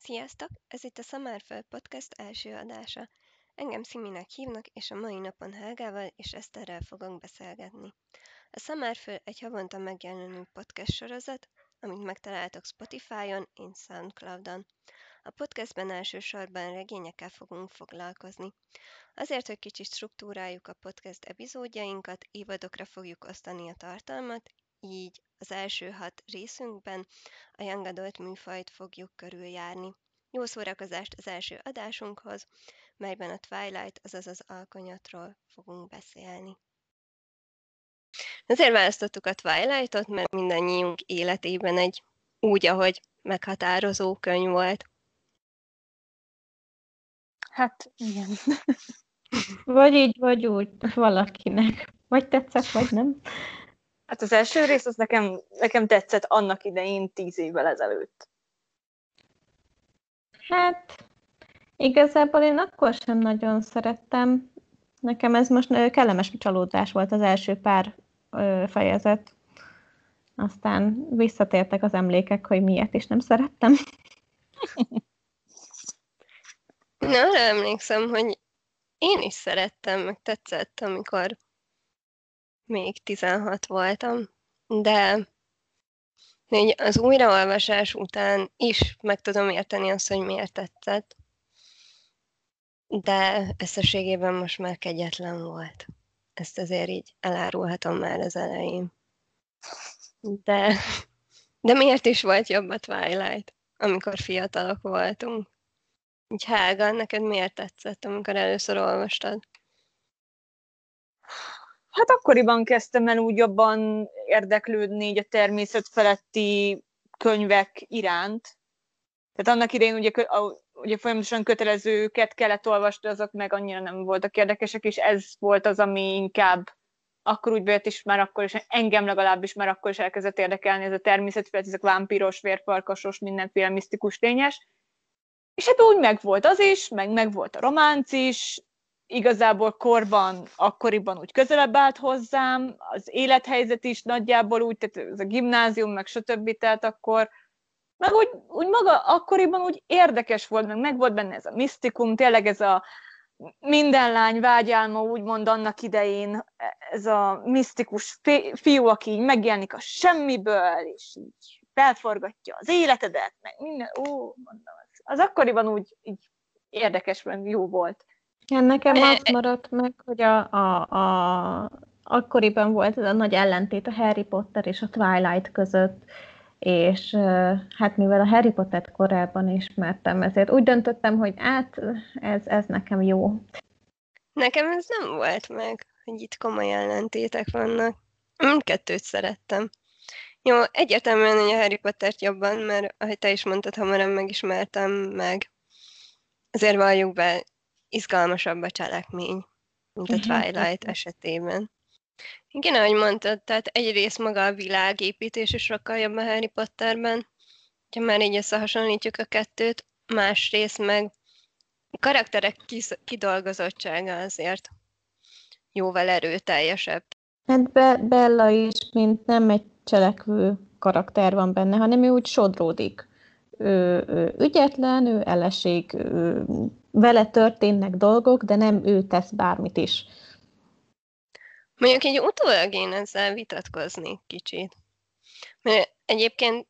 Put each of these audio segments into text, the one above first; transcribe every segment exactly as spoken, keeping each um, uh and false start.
Sziasztok! Ez itt a Summerföld Podcast első adása. Engem Sziminek hívnak, és a mai napon Helgával és Eszterrel fogok beszélgetni. A Summerföld egy havonta megjelenő podcast sorozat, amit megtaláltok Spotify-on és Soundcloud-on. A podcastben elsősorban regényekkel fogunk foglalkozni. Azért, hogy kicsit struktúráljuk a podcast epizódjainkat, évadokra fogjuk osztani a tartalmat, így az első hat részünkben a Young Adult műfajt fogjuk körüljárni. Jó szórakozást az első adásunkhoz, melyben a Twilight, azaz az alkonyatról fogunk beszélni. Azért választottuk a Twilightot, mert mindannyiunk életében egy úgy, ahogy meghatározó könyv volt. Hát, igen. Vagy így, vagy úgy, valakinek. Vagy tetszett, vagy nem. Hát az első rész az nekem, nekem tetszett annak idején tíz évvel ezelőtt. Hát, igazából én akkor sem nagyon szerettem. Nekem ez most kellemes csalódás volt az első pár ö, fejezet. Aztán visszatértek az emlékek, hogy miért is nem szerettem. Én arra emlékszem, hogy én is szerettem, meg tetszett, amikor még tizenhat voltam, de az újraolvasás után is meg tudom érteni azt, hogy miért tetszett, de összességében most már kegyetlen volt. Ezt azért így elárulhatom már az elején. De, de miért is volt jobb a Twilight, amikor fiatalok voltunk? Így Helga, neked miért tetszett, amikor először olvastad? Hát akkoriban kezdtem el úgy jobban érdeklődni így a természet feletti könyvek iránt. Tehát annak idején ugye, ugye folyamatosan kötelezőket kellett olvasni, azok meg annyira nem voltak érdekesek, és ez volt az, ami inkább akkor úgy bejött, és már akkor is, engem legalábbis már akkor is elkezdett érdekelni ez a természetfeletti, ezek vámpíros, vérfarkasos, mindenféle misztikus tényes. És hát úgy megvolt az is, meg megvolt a románc is, igazából korban, akkoriban úgy közelebb állt hozzám, az élethelyzet is nagyjából úgy, tehát ez a gimnázium, meg stb. Tehát akkor, meg úgy, úgy maga akkoriban úgy érdekes volt, meg megvolt benne ez a misztikum, tényleg ez a minden lány vágyálma, úgymond annak idején, ez a misztikus fiú, aki így megjelenik a semmiből, és így felforgatja az életedet, meg minden, ó, mondom, az, az akkoriban úgy így érdekes, meg jó volt. Ja, nekem az maradt meg, hogy a, a, a, akkoriban volt ez a nagy ellentét a Harry Potter és a Twilight között, és hát mivel a Harry Pottert korábban ismertem, ezért úgy döntöttem, hogy át, ez, ez nekem jó. Nekem ez nem volt meg, hogy itt komoly ellentétek vannak. Mindkettőt szerettem. Jó, egyértelműen, hogy a Harry Pottert jobban, mert ahogy te is mondtad, hamarabb megismertem meg. Azért valljuk be, izgalmasabb a cselekmény, mint a Twilight esetében. Igen, ahogy mondtad, tehát egyrészt maga a világépítés is sokkal jobb a Harry Potterben, ha már így összehasonlítjuk a kettőt, másrészt meg a karakterek kidolgozottsága azért jóval erőteljesebb. Hát Be- Bella is, mint nem egy cselekvő karakter van benne, hanem ő úgy sodródik. Ő, ő ügyetlen, ő elesik, ő, vele történnek dolgok, de nem ő tesz bármit is. Mondjuk így utólag én ezzel vitatkozni kicsit. Mert egyébként,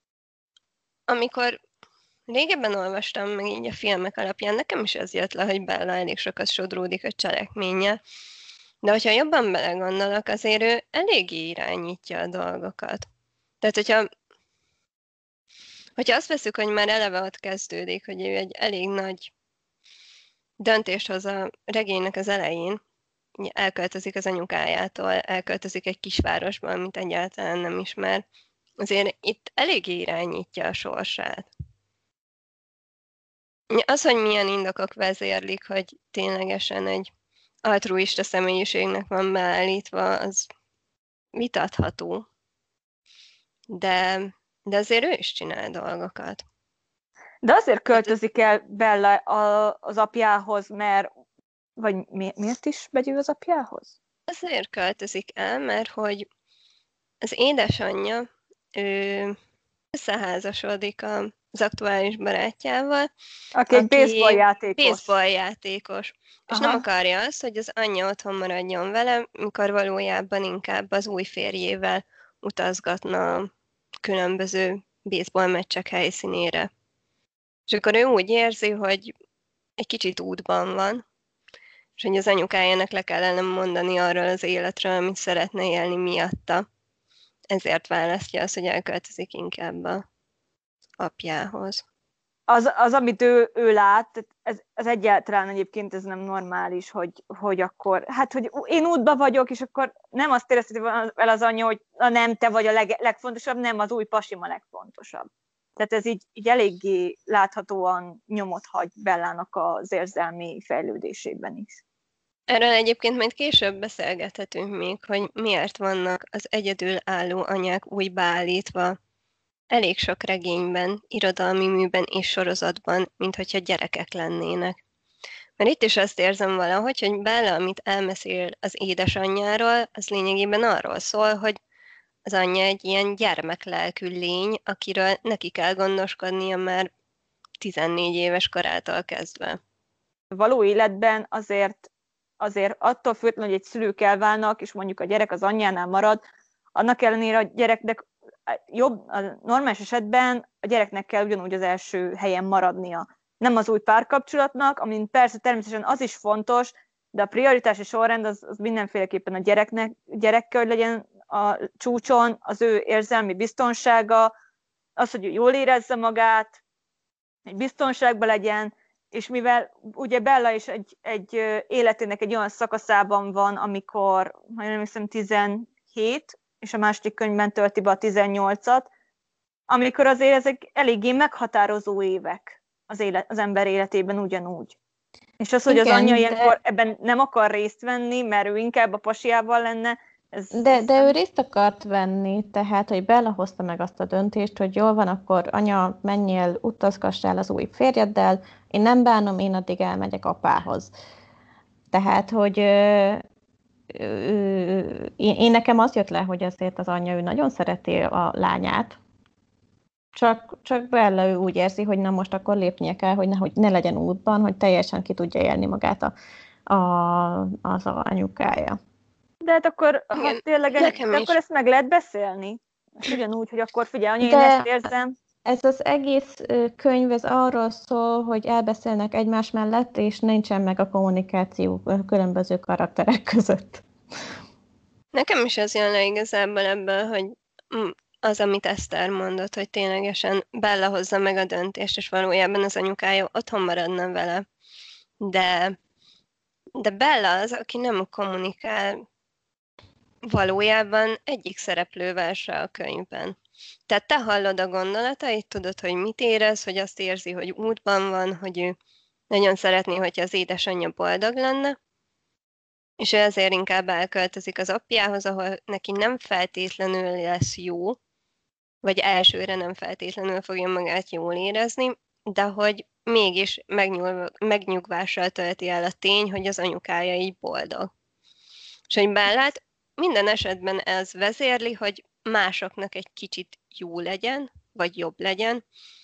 amikor régebben olvastam meg így a filmek alapján, nekem is ez jött le, hogy Bella elég sokat sodródik a cselekménnyel. De hogyha jobban belegondolok, azért ő eléggé irányítja a dolgokat. Tehát, hogyha, hogyha azt veszük, hogy már eleve ott kezdődik, hogy ő egy elég nagy döntést hoz a regénynek az elején, elköltözik az anyukájától, elköltözik egy kisvárosban, amit egyáltalán nem ismer, azért itt eléggé irányítja a sorsát. Az, hogy milyen indokok vezérlik, hogy ténylegesen egy altruista személyiségnek van beállítva, az vitatható. De, de azért ő is csinál dolgokat. De azért költözik el Bella az apjához, mert vagy mi, miért is megy ő az apjához? Azért költözik el, mert hogy az édesanyja, ő összeházasodik az aktuális barátjával, Aki egy baseball játékos. baseball játékos. És Aha. nem akarja azt, hogy az anyja otthon maradjon vele, mikor valójában inkább az új férjével utazgatna különböző baseball meccsek helyszínére. És akkor ő úgy érzi, hogy egy kicsit útban van, és hogy az anyukájának le kellene mondani arról az életről, amit szeretne élni miatta. Ezért választja azt, hogy elköltözik inkább az apjához. Az, az amit ő, ő lát, ez, ez egyáltalán egyébként ez nem normális, hogy, hogy akkor, hát, hogy én útban vagyok, és akkor nem azt érezteti el az anyja, hogy na nem, te vagy a leg, legfontosabb, nem, az új pasim a legfontosabb. Tehát ez így, így eléggé láthatóan nyomot hagy Bellának az érzelmi fejlődésében is. Erről egyébként majd később beszélgethetünk még, hogy miért vannak az egyedülálló anyák úgy beállítva elég sok regényben, irodalmi műben és sorozatban, mint hogyha gyerekek lennének. Mert itt is azt érzem valahogy, hogy Bella, amit elmesél az édesanyjáról, az lényegében arról szól, hogy az anyja egy ilyen gyermeklelkű lény, akiről neki kell gondoskodnia már tizennégy éves korától kezdve. Való életben azért, azért attól függetlenül, hogy egy szülők elválnak, és mondjuk a gyerek az anyjánál marad, annak ellenére a gyereknek jobb, a normális esetben a gyereknek kell ugyanúgy az első helyen maradnia. Nem az új párkapcsolatnak, amin persze természetesen az is fontos, de a prioritási sorrend az, az mindenféleképpen a gyereknek, gyerek kell, hogy legyen a csúcson, az ő érzelmi biztonsága, az, hogy ő jól érezze magát, egy biztonságban legyen, és mivel ugye Bella is egy, egy életének egy olyan szakaszában van, amikor, ha nem hiszem, tizenhét, és a második könyvben tölti be a tizennyolcat, amikor azért ezek eléggé meghatározó évek az, élet, az ember életében ugyanúgy. És az, hogy Igen, az anyja de... ilyenkor ebben nem akar részt venni, mert ő inkább a pasiával lenne, ez, de, ez de ő részt akart venni, tehát, hogy Bella hozta meg azt a döntést, hogy jól van, akkor anya, menjél, utazgassál az új férjeddel, én nem bánom, én addig elmegyek apához. Tehát, hogy ö, ö, én, én nekem az jött le, hogy azért az anyja, ő nagyon szereti a lányát, csak, csak Bella ő úgy érzi, hogy na most akkor lépnie kell, hogy ne, hogy ne legyen útban, hogy teljesen ki tudja élni magát a, a, az anyukája. De hát akkor, ha tényleg, akkor ezt meg lehet beszélni. Ugyanúgy, hogy akkor figyelj, anya, én ezt érzem. Ez az egész könyv, ez arról szól, hogy elbeszélnek egymás mellett, és nincsen meg a kommunikáció különböző karakterek között. Nekem is ez jön le igazából ebből, hogy az, amit Eszter mondott, hogy ténylegesen Bella hozza meg a döntést, és valójában az anyukája otthon maradna vele. De, de Bella az, aki nem kommunikál valójában egyik szereplővel se a könyvben. Tehát te hallod a gondolatait, tudod, hogy mit érez, hogy azt érzi, hogy útban van, hogy ő nagyon szeretné, hogyha az édesanyja boldog lenne, és ő ezért inkább elköltözik az apjához, ahol neki nem feltétlenül lesz jó, vagy elsőre nem feltétlenül fogja magát jól érezni, de hogy mégis megnyug, megnyugvással tölti el a tény, hogy az anyukája így boldog. És hogy Bellát minden esetben ez vezérli, hogy másoknak egy kicsit jó legyen, vagy jobb legyen,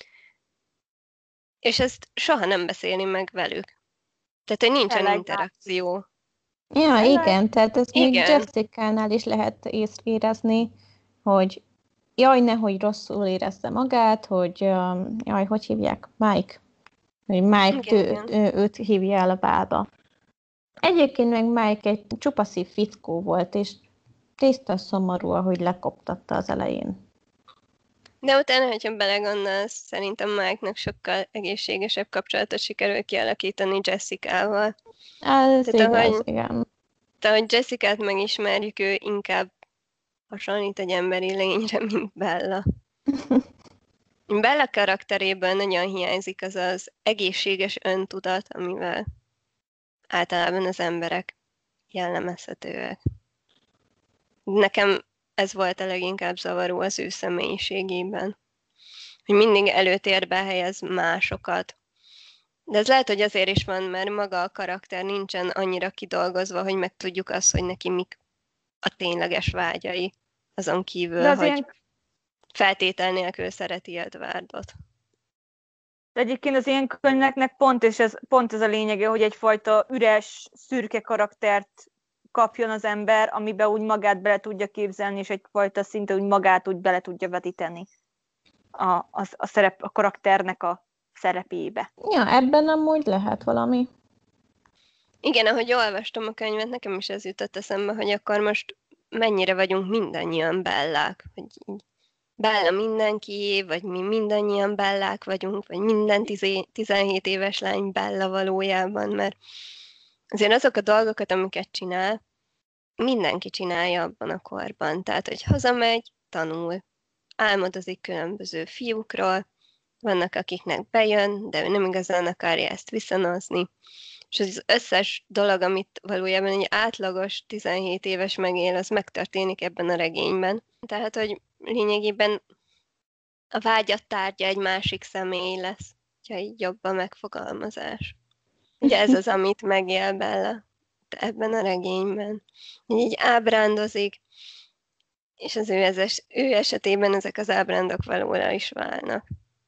és ezt soha nem beszéli meg velük. Tehát, hogy nincsen Tényleg interakció. Ja, Tényleg? igen, tehát ezt igen. még Jessica-nál is lehet észrezni, hogy jaj, nehogy rosszul érezze magát, hogy jaj, hogy hívják? Mike. Hogy Mike igen, ő, ő, őt hívja el a bálba. Egyébként meg Mike egy csupaszív fickó volt, és tiszta szomorú, ahogy lekoptatta az elején. De utána, hogyha belegondolsz, szerintem Mike-nak sokkal egészségesebb kapcsolatot sikerül kialakítani Jessica-val. Ez Tehát, igaz, ahogy, igen. De ahogy Jessica-t megismerjük, ő inkább hasonlít egy emberi lényre, mint Bella. Bella karakterében nagyon hiányzik az az egészséges öntudat, amivel általában az emberek jellemezhetőek. Nekem ez volt a leginkább zavaró az ő személyiségében. Hogy mindig előtérbe helyez másokat. De ez lehet, hogy azért is van, mert maga a karakter nincsen annyira kidolgozva, hogy megtudjuk azt, hogy neki mik a tényleges vágyai. Azon kívül, De az hogy... Ilyen, feltétel nélkül szereti Edwardot. De egyébként az ilyen könyveknek pont, és ez, pont ez a lényege, hogy egyfajta üres, szürke karaktert kapjon az ember, amiben úgy magát bele tudja képzelni, és egyfajta szinte úgy magát úgy bele tudja vetíteni a, a, a, szerep, a karakternek a szerepébe. Ja, ebben amúgy lehet valami. Igen, ahogy olvastam a könyvet, nekem is ez jutott eszembe, hogy akkor most mennyire vagyunk mindannyian Bellák, hogy így Bella mindenki, vagy mi mindannyian Bellák vagyunk, vagy minden tizenhét éves lány Bella valójában, mert azért azok a dolgokat, amiket csinál, mindenki csinálja abban a korban. Tehát, hogy hazamegy, tanul, álmodozik különböző fiúkról, vannak, akiknek bejön, de ő nem igazán akarja ezt viszonozni. És az összes dolog, amit valójában egy átlagos tizenhét éves megél, az megtörténik ebben a regényben. Tehát, hogy lényegében a vágyat tárgya egy másik személy lesz, ha így jobb a megfogalmazás. Ugye ez az, amit megél Bella ebben a regényben. Így ábrándozik, és az ő, ezes, ő esetében ezek az ábrándok valóra is válnak.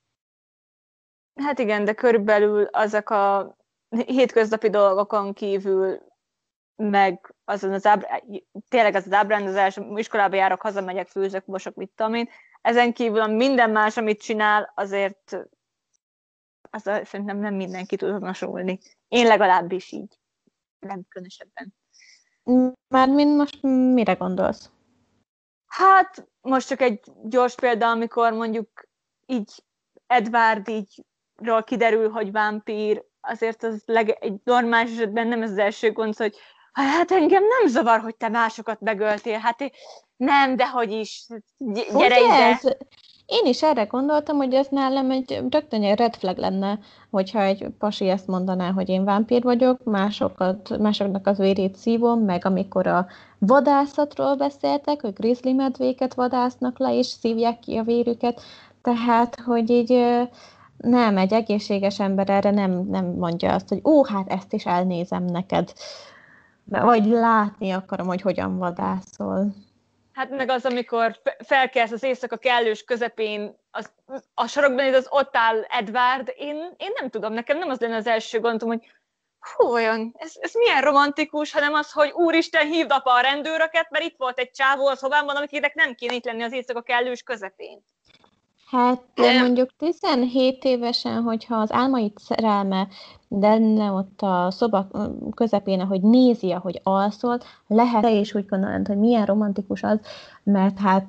Hát igen, de körülbelül azok a hétköznapi dolgokon kívül, meg azon az ábr... tényleg az az ábrándozás, iskolába járok, hazamegyek, főzök, mosok, mit tudom én. Ezen kívül minden más, amit csinál, azért az szerintem nem mindenki tud azonosulni. Én legalábbis így. Nem különösebben. Mármint most mire gondolsz? Hát most csak egy gyors példa, amikor mondjuk így Edward ígyról kiderül, hogy vámpír, azért az leg- egy normális esetben nem ez az első gond, hogy hát engem nem zavar, hogy te másokat megöltél, hát én, nem, de hogy is, gyere ide! Én is erre gondoltam, hogy ez nálam egy rögtön egy red flag lenne, hogyha egy pasi ezt mondaná, hogy én vámpír vagyok, másokat, másoknak az vérét szívom, meg amikor a vadászatról beszéltek, hogy grizzly medvéket vadásznak le, és szívják ki a vérüket, tehát, hogy így nem, egy egészséges ember erre nem, nem mondja azt, hogy ó, hát ezt is elnézem neked, vagy látni akarom, hogy hogyan vadászol. Hát meg az, amikor felkelsz az éjszaka kellős közepén, az, a sarokban az ott áll Edward, én, én nem tudom, nekem nem az lenne az első gondom, hogy hú, olyan, ez, ez milyen romantikus, hanem az, hogy úristen, hívd apa a rendőröket, mert itt volt egy csávó a szobámban, amiknek nem kéne itt lenni az éjszaka kellős közepén. Hát nem. Mondjuk tizenhét évesen, hogyha az álmait szerelme lenne ott a szoba közepén, ahogy nézi, ahogy alszol, lehet te is úgy gondolod, hogy milyen romantikus az, mert hát...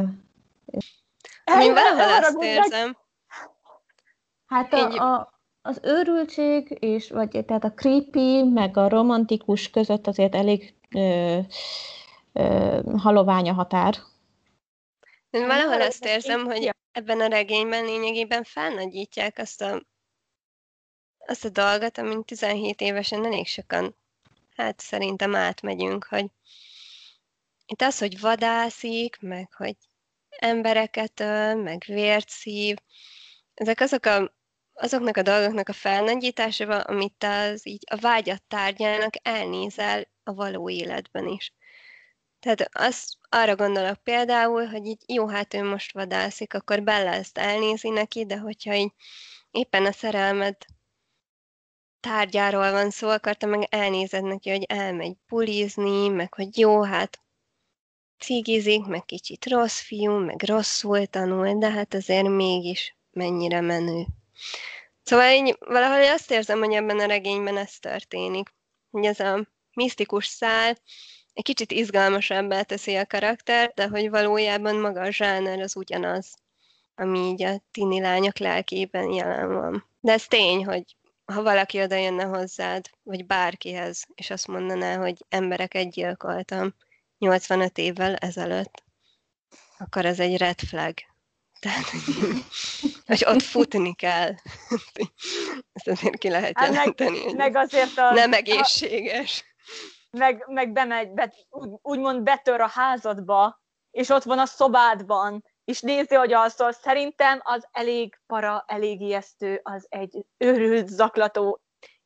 Én valahol azt érzem. Hát a, a, az őrültség, és, vagy tehát a creepy, meg a romantikus között azért elég ö, ö, halovány a határ. Én valahol azt érzem, hogy ebben a regényben lényegében felnagyítják azt a, azt a dolgot, amin tizenhét évesen elég sokan, hát szerintem átmegyünk, hogy itt az, hogy vadászik, meg hogy embereket öl, meg vért szív, ezek azok a, azoknak a dolgoknak a felnagyítása, amit az így a vágyat tárgyának elnézel a való életben is. Tehát azt arra gondolok például, hogy így jó, hát ő most vadászik, akkor Bella ezt elnézi neki, de hogyha így éppen a szerelmed tárgyáról van szó, akkor te meg elnézed neki, hogy elmegy bulizni, meg hogy jó, hát cigizik, meg kicsit rossz fiú, meg rosszul tanul, de hát azért mégis mennyire menő. Szóval így valahogy azt érzem, hogy ebben a regényben ez történik. Hogy ez a misztikus szál egy kicsit izgalmasabbá teszi a karaktert, de hogy valójában maga a zsáner az ugyanaz, ami így a tini lányok lelkében jelen van. De ez tény, hogy ha valaki oda jönne hozzád, vagy bárkihez, és azt mondaná, hogy embereket gyilkoltam nyolcvanöt évvel ezelőtt, akkor ez egy red flag. Tehát, hogy ott futni kell. Ezt azért ki lehet jelenteni, meg, meg azért az, nem egészséges. Meg, meg bemegy, be, úgy, úgymond betör a házadba, és ott van a szobádban, és nézi, hogy alszol. Szerintem az elég para, elég ijesztő, az egy őrült, zaklató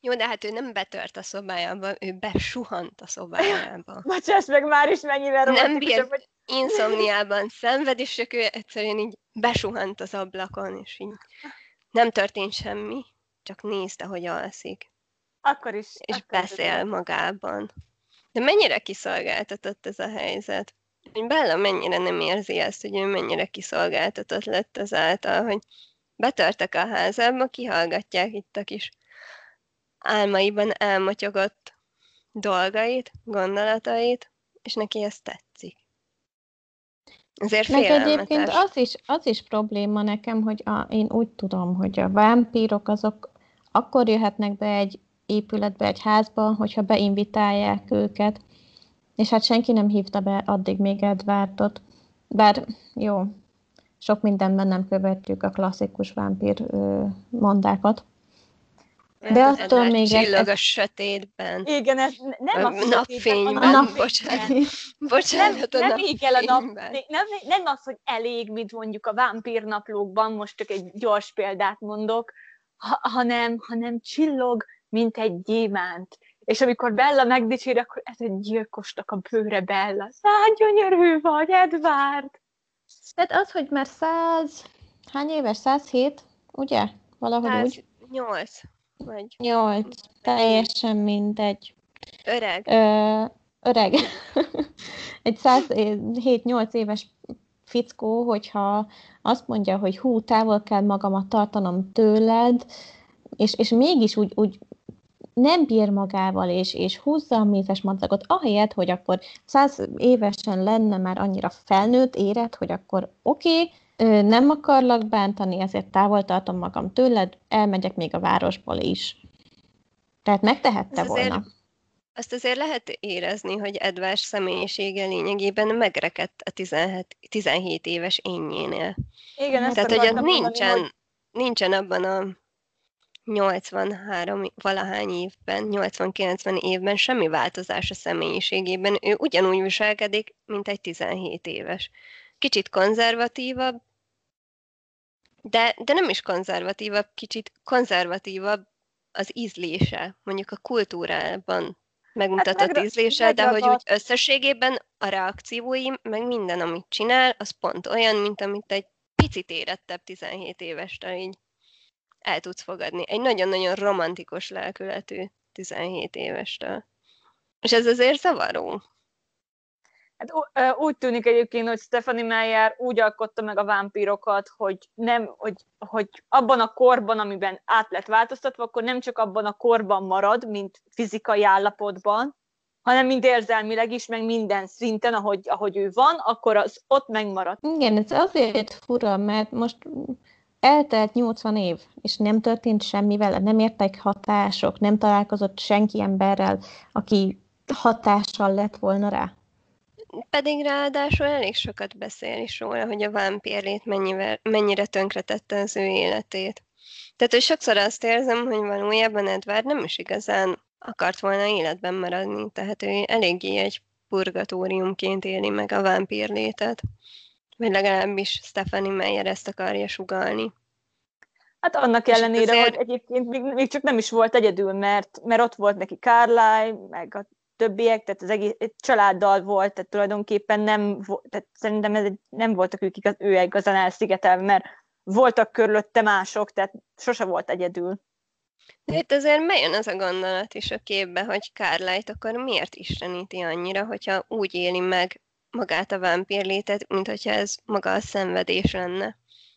Jó, de hát ő nem betört a szobájába, ő besuhant a szobájába. Bocsáss meg, már is mennyivel Nem romantikusabb, bírt, hogy... inszomniában szenved, és csak ő egyszerűen így besuhant az ablakon, és így nem történt semmi, csak nézte, hogy alszik, Akkor is. és akkor beszél is. magában. De mennyire kiszolgáltatott ez a helyzet? Hogy Bella mennyire nem érzi ezt, hogy ő mennyire kiszolgáltatott lett azáltal, hogy betörtek a házába, kihallgatják itt a kis álmaiban elmotyogott dolgait, gondolatait, és neki ez tetszik. Ezért Meg egyébként félelmetes. az is, az is probléma nekem, hogy a, én úgy tudom, hogy a vámpírok azok akkor jöhetnek be egy épületbe, egy házba, hogyha beinvitálják őket, és hát senki nem hívta be addig még Edwardot. Bár jó, sok mindenben nem követjük a klasszikus vámpír ö, mondákat. De Hát attól Edward még csillog ez, a sötétben. Igen, ez nem A a napfényben, hanem a bocsánat. napfényben. Bocsánat, Nem, a nem ég el a nap, napfényben. nem, nem az, hogy elég, mint mondjuk a vámpírnaplókban, most csak egy gyors példát mondok, ha, hanem, hanem csillog, mint egy gyémánt. És amikor Bella megdicsér, akkor ez egy gyilkosnak a bőre, Bella. Száll, gyönyörű vagy, Edward! tehát az, hogy már száz, hány éves? százhét, ugye? Valahogy úgy. száznyolc, vagy Nyolc, teljesen mindegy. öreg. Ö, öreg. Egy százhét-nyolc éves fickó, hogyha azt mondja, hogy hú, távol kell magamat tartanom tőled, és, és mégis úgy, úgy nem bír magával, és, és húzza a mézes madzagot, ahelyett, hogy akkor száz évesen lenne már annyira felnőtt, érett, hogy akkor oké, okay, nem akarlak bántani, ezért távol tartom magam tőled, elmegyek még a városból is. Tehát megtehette Az azért- volna. Azt azért lehet érezni, hogy Edward személyisége lényegében megrekedt a tizenhét, tizenhét éves énjénél. Igen, ezt Tehát, hogy az akartam mondani, nincsen, hogy nincsen abban a nyolcvanhárom valahány évben, nyolcvan-kilencven évben semmi változás a személyiségében. Ő ugyanúgy viselkedik, mint egy tizenhét éves. Kicsit konzervatívabb, de, de nem is konzervatívabb, kicsit konzervatívabb az ízlése, mondjuk a kultúrában megmutatott Hát megra- ízlése, de hogy úgy megragadt. összességében a reakciói, meg minden, amit csinál, az pont olyan, mint amit egy picit érettebb tizenhét évestől így el tudsz fogadni. Egy nagyon-nagyon romantikus lelkületű tizenhét évestől. És ez azért zavaró. Hát ú- úgy tűnik egyébként, hogy Stephenie Meyer úgy alkotta meg a vámpírokat, hogy, nem, hogy, hogy abban a korban, amiben át lett változtatva, akkor nem csak abban a korban marad, mint fizikai állapotban, hanem mind érzelmileg is, meg minden szinten, ahogy, ahogy ő van, akkor az ott megmarad. Igen, ez azért fura, mert most eltelt nyolcvan év, és nem történt semmi vele, nem értek hatások, nem találkozott senki emberrel, aki hatással lett volna rá. Pedig ráadásul elég sokat beszél is róla, hogy a vámpírlét mennyivel, mennyire tönkretette az ő életét. Tehát, hogy sokszor azt érzem, hogy valójában Edward nem is igazán akart volna életben maradni, tehát ő eléggé egy purgatóriumként éli meg a vámpírlétet. Vagy legalábbis Stephenie Meyer ezt akarja sugallni. Hát annak És ellenére, azért- hogy egyébként még, még csak nem is volt egyedül, mert, mert ott volt neki Carlyle, meg a többiek, tehát az egész egy családdal volt, tehát tulajdonképpen nem, vo- tehát szerintem ez egy, nem voltak ők igaz, ő igazán elszigetelve, mert voltak körülötte mások, tehát sose volt egyedül. De itt azért bejön az a gondolat is a képbe, hogy Carlyle-t akkor miért isteníti annyira, hogyha úgy éli meg magát a vámpírlétet, mint hogyha ez maga a szenvedés lenne.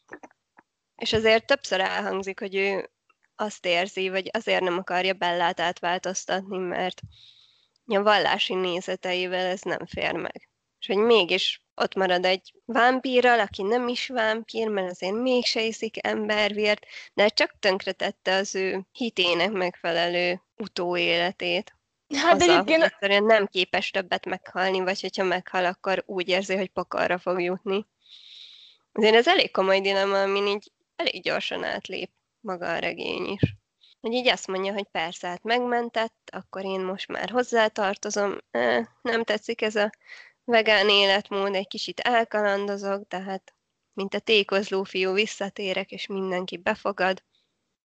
És azért többször elhangzik, hogy ő azt érzi, vagy azért nem akarja Bellát átváltoztatni, mert a vallási nézeteivel ez nem fér meg. És hogy mégis ott marad egy vámpírral, aki nem is vámpír, mert azért mégse iszik embervért, de csak tönkretette az ő hitének megfelelő utóéletét. Hát Azzal, egyébként hogy egyszerűen nem képes többet meghalni, vagy hogyha meghal, akkor úgy érzi, hogy pokolra fog jutni. Azért ez elég komoly dilemma, amin így elég gyorsan átlép maga a regény is. Hogy így azt mondja, hogy persze, hát megmentett, akkor én most már hozzátartozom, eh, nem tetszik ez a vegán életmód, egy kicsit elkalandozok, de hát mint a tékozló fiú visszatérek, és mindenki befogad.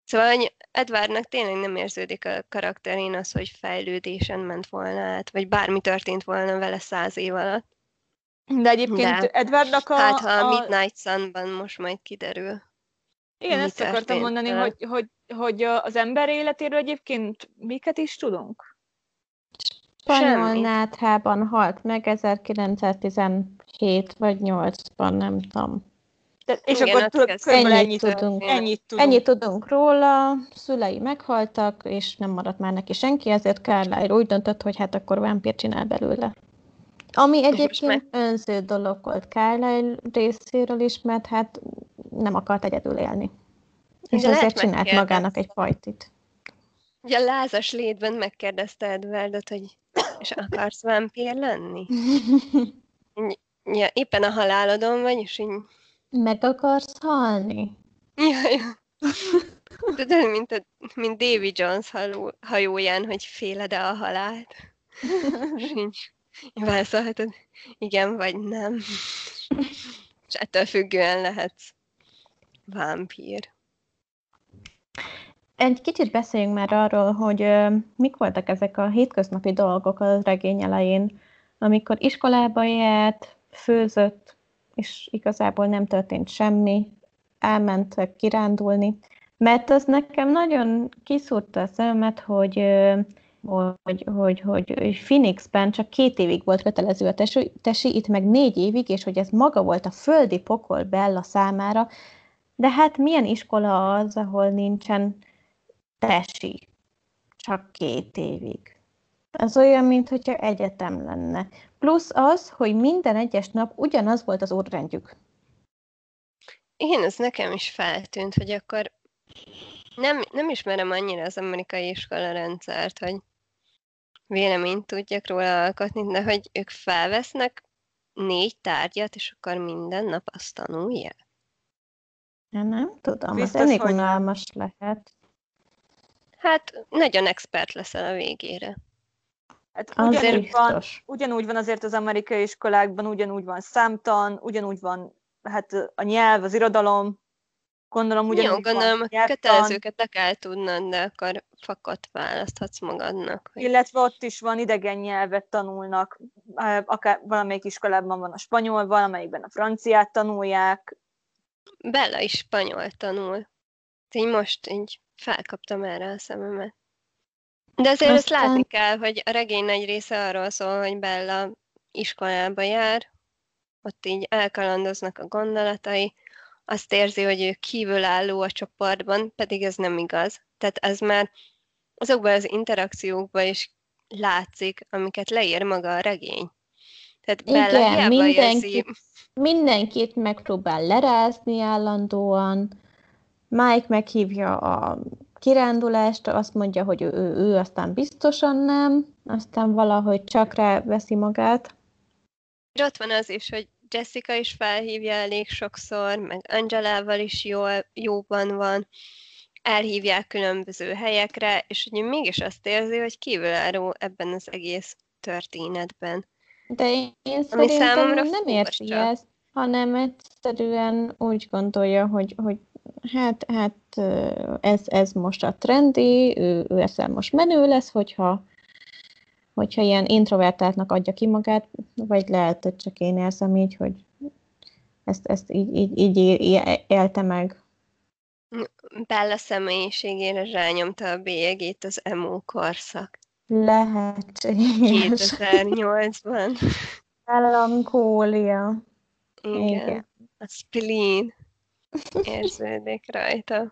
Szóval, hogy Edwardnak tényleg nem érződik a karakterén az, hogy fejlődésen ment volna át, vagy bármi történt volna vele száz év alatt. De egyébként De Edwardnak a... hát, ha a a... Midnight Sunban most majd kiderül. Igen, mi ezt akartam történt mondani, vele. hogy, hogy, hogy az ember életéről egyébként miket is tudunk? Spanyol Semmi. náthában halt meg ezerkilencszáztizenhét vagy nyolcban, nem tudom. De, és Igen, akkor ott tudod, kezd- körülbelül Ennyit ennyit tudunk. Ennyit tudunk. Ennyit tudunk róla, szülei meghaltak, és nem maradt már neki senki, ezért Carlyle úgy döntött, hogy hát akkor vámpír csinál belőle. Ami egyébként önző dolog volt Carlyle részéről is, mert hát nem akart egyedül élni. És De lehet ezért csinált megkérdezni. magának egy fajtit. Ugye a lázas létben megkérdezte Edwardot, hogy és akarsz vámpír lenni? Ja, éppen a halálodon vagy, és így... Meg akarsz halni? Ja, ja. Tudod, mint, a, mint Davy Jones haló, hajóján, hogy féled-e a halált? És így válaszolhatod, igen vagy nem. És ettől függően lehetsz vámpír. Egy kicsit beszéljünk már arról, hogy ö, mik voltak ezek a hétköznapi dolgok a regény elején, amikor iskolába járt, főzött, és igazából nem történt semmi, elmentek kirándulni. Mert az nekem nagyon kiszúrta a szememet, hogy, ö, hogy, hogy, hogy, hogy Phoenixben csak két évig volt kötelező a tesi, tesi, itt meg négy évig, és hogy ez maga volt a földi pokol Bella számára. De hát milyen iskola az, ahol nincsen tesi, csak két évig. Ez olyan, mintha egyetem lenne. Plusz az, hogy minden egyes nap ugyanaz volt az órarendjük. Igen, ez nekem is feltűnt, hogy akkor nem, nem ismerem annyira az amerikai iskola rendszert, hogy véleményt tudjak róla alkotni, de hogy ők felvesznek négy tárgyat, és akkor minden nap azt tanulják. Ja, nem tudom, Biztos, az elég hogy nem. unalmas lehet. Hát nagyon expert leszel a végére. Hát Az ugyanúgy van, biztos. ugyanúgy van azért az amerikai iskolákban, ugyanúgy van számtan, ugyanúgy van hát a nyelv, az irodalom, gondolom Jó, ugyanúgy gondolom, van a nyelvtan, kötelezőket le kell tudnod, de akkor fakot választhatsz magadnak. Hogy... illetve ott is van idegen nyelvet tanulnak, akár valamelyik iskolában van a spanyol, valamelyikben a franciát tanulják. Bella is spanyol tanul. Így most így felkaptam erre a szememet. De azért ezt Aztán- látni kell, hogy a regény nagy része arról szól, hogy Bella iskolába jár, ott így elkalandoznak a gondolatai, azt érzi, hogy ő kívülálló a csoportban, pedig ez nem igaz. Tehát ez már azokban az interakciókban is látszik, amiket leír maga a regény. Tehát Bella Igen, hiába mindenki, érzi... mindenkit megpróbál lerázni állandóan. Mike meghívja a kirándulást, azt mondja, hogy ő, ő, ő aztán biztosan nem, aztán valahogy csak rá veszi magát. És ott van az is, hogy Jessica is felhívja elég sokszor, meg Angelával is jól, jóban van, elhívják különböző helyekre, és ugye mégis azt érzi, hogy kívülálló ebben az egész történetben. De én Ami szerintem számomra nem érti furcsa. ezt, hanem egyszerűen úgy gondolja, hogy, hogy hát, hát ez, ez most a trendi, ő, ő ezzel most menő lesz, hogyha, hogyha ilyen introvertáltnak adja ki magát, vagy lehet, hogy csak én érzem így, hogy ezt, ezt így, így, így élte meg. Bella személyiségére rányomta a bélyegét az emo korszak. Lehetséges. kétezer-nyolcban. Melankólia. Igen. Igen. A spleen érződik rajta.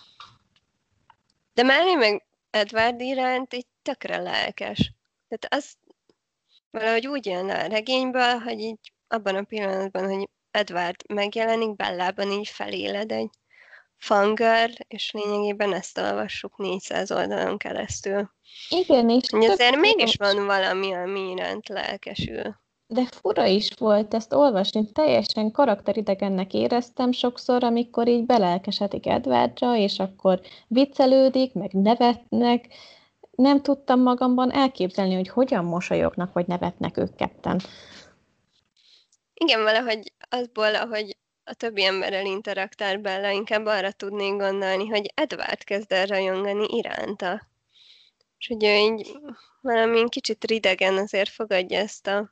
De Melly meg Edward iránt így tökre lelkes. Tehát az valahogy úgy jön le a regényből, hogy így abban a pillanatban, hogy Edward megjelenik, Bellában így feléled egy fangirl, és lényegében ezt olvassuk négyszáz oldalon keresztül. Igen, és hogy azért mégis van valami, ami iránt lelkesül. De fura is volt ezt olvasni, teljesen karakteridegennek éreztem sokszor, amikor így belelkesedik Edwardra, és akkor viccelődik, meg nevetnek. Nem tudtam magamban elképzelni, hogy hogyan mosolyognak, vagy nevetnek ők ketten. Igen, valahogy azból, ahogy a többi emberrel interaktál Bella, inkább arra tudnék gondolni, hogy Edward kezd el rajongani iránta. És hogy ő így valami kicsit ridegen azért fogadja ezt a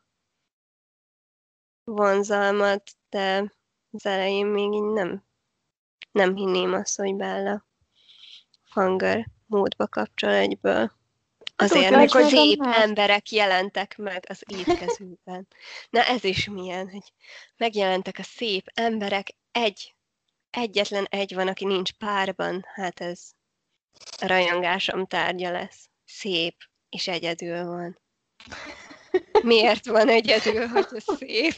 vonzalmat, de az elején még így nem, nem hinném azt, hogy Bella Hunger módba kapcsol egyből. Azért, úgy mert vagy szép meg a- emberek jelentek meg az étkezőben. Na ez is milyen, hogy megjelentek a szép emberek, egy, egyetlen egy van, aki nincs párban, hát ez a rajongásom tárgya lesz. Szép, és egyedül van. Miért van egyedül, hogy ez szép?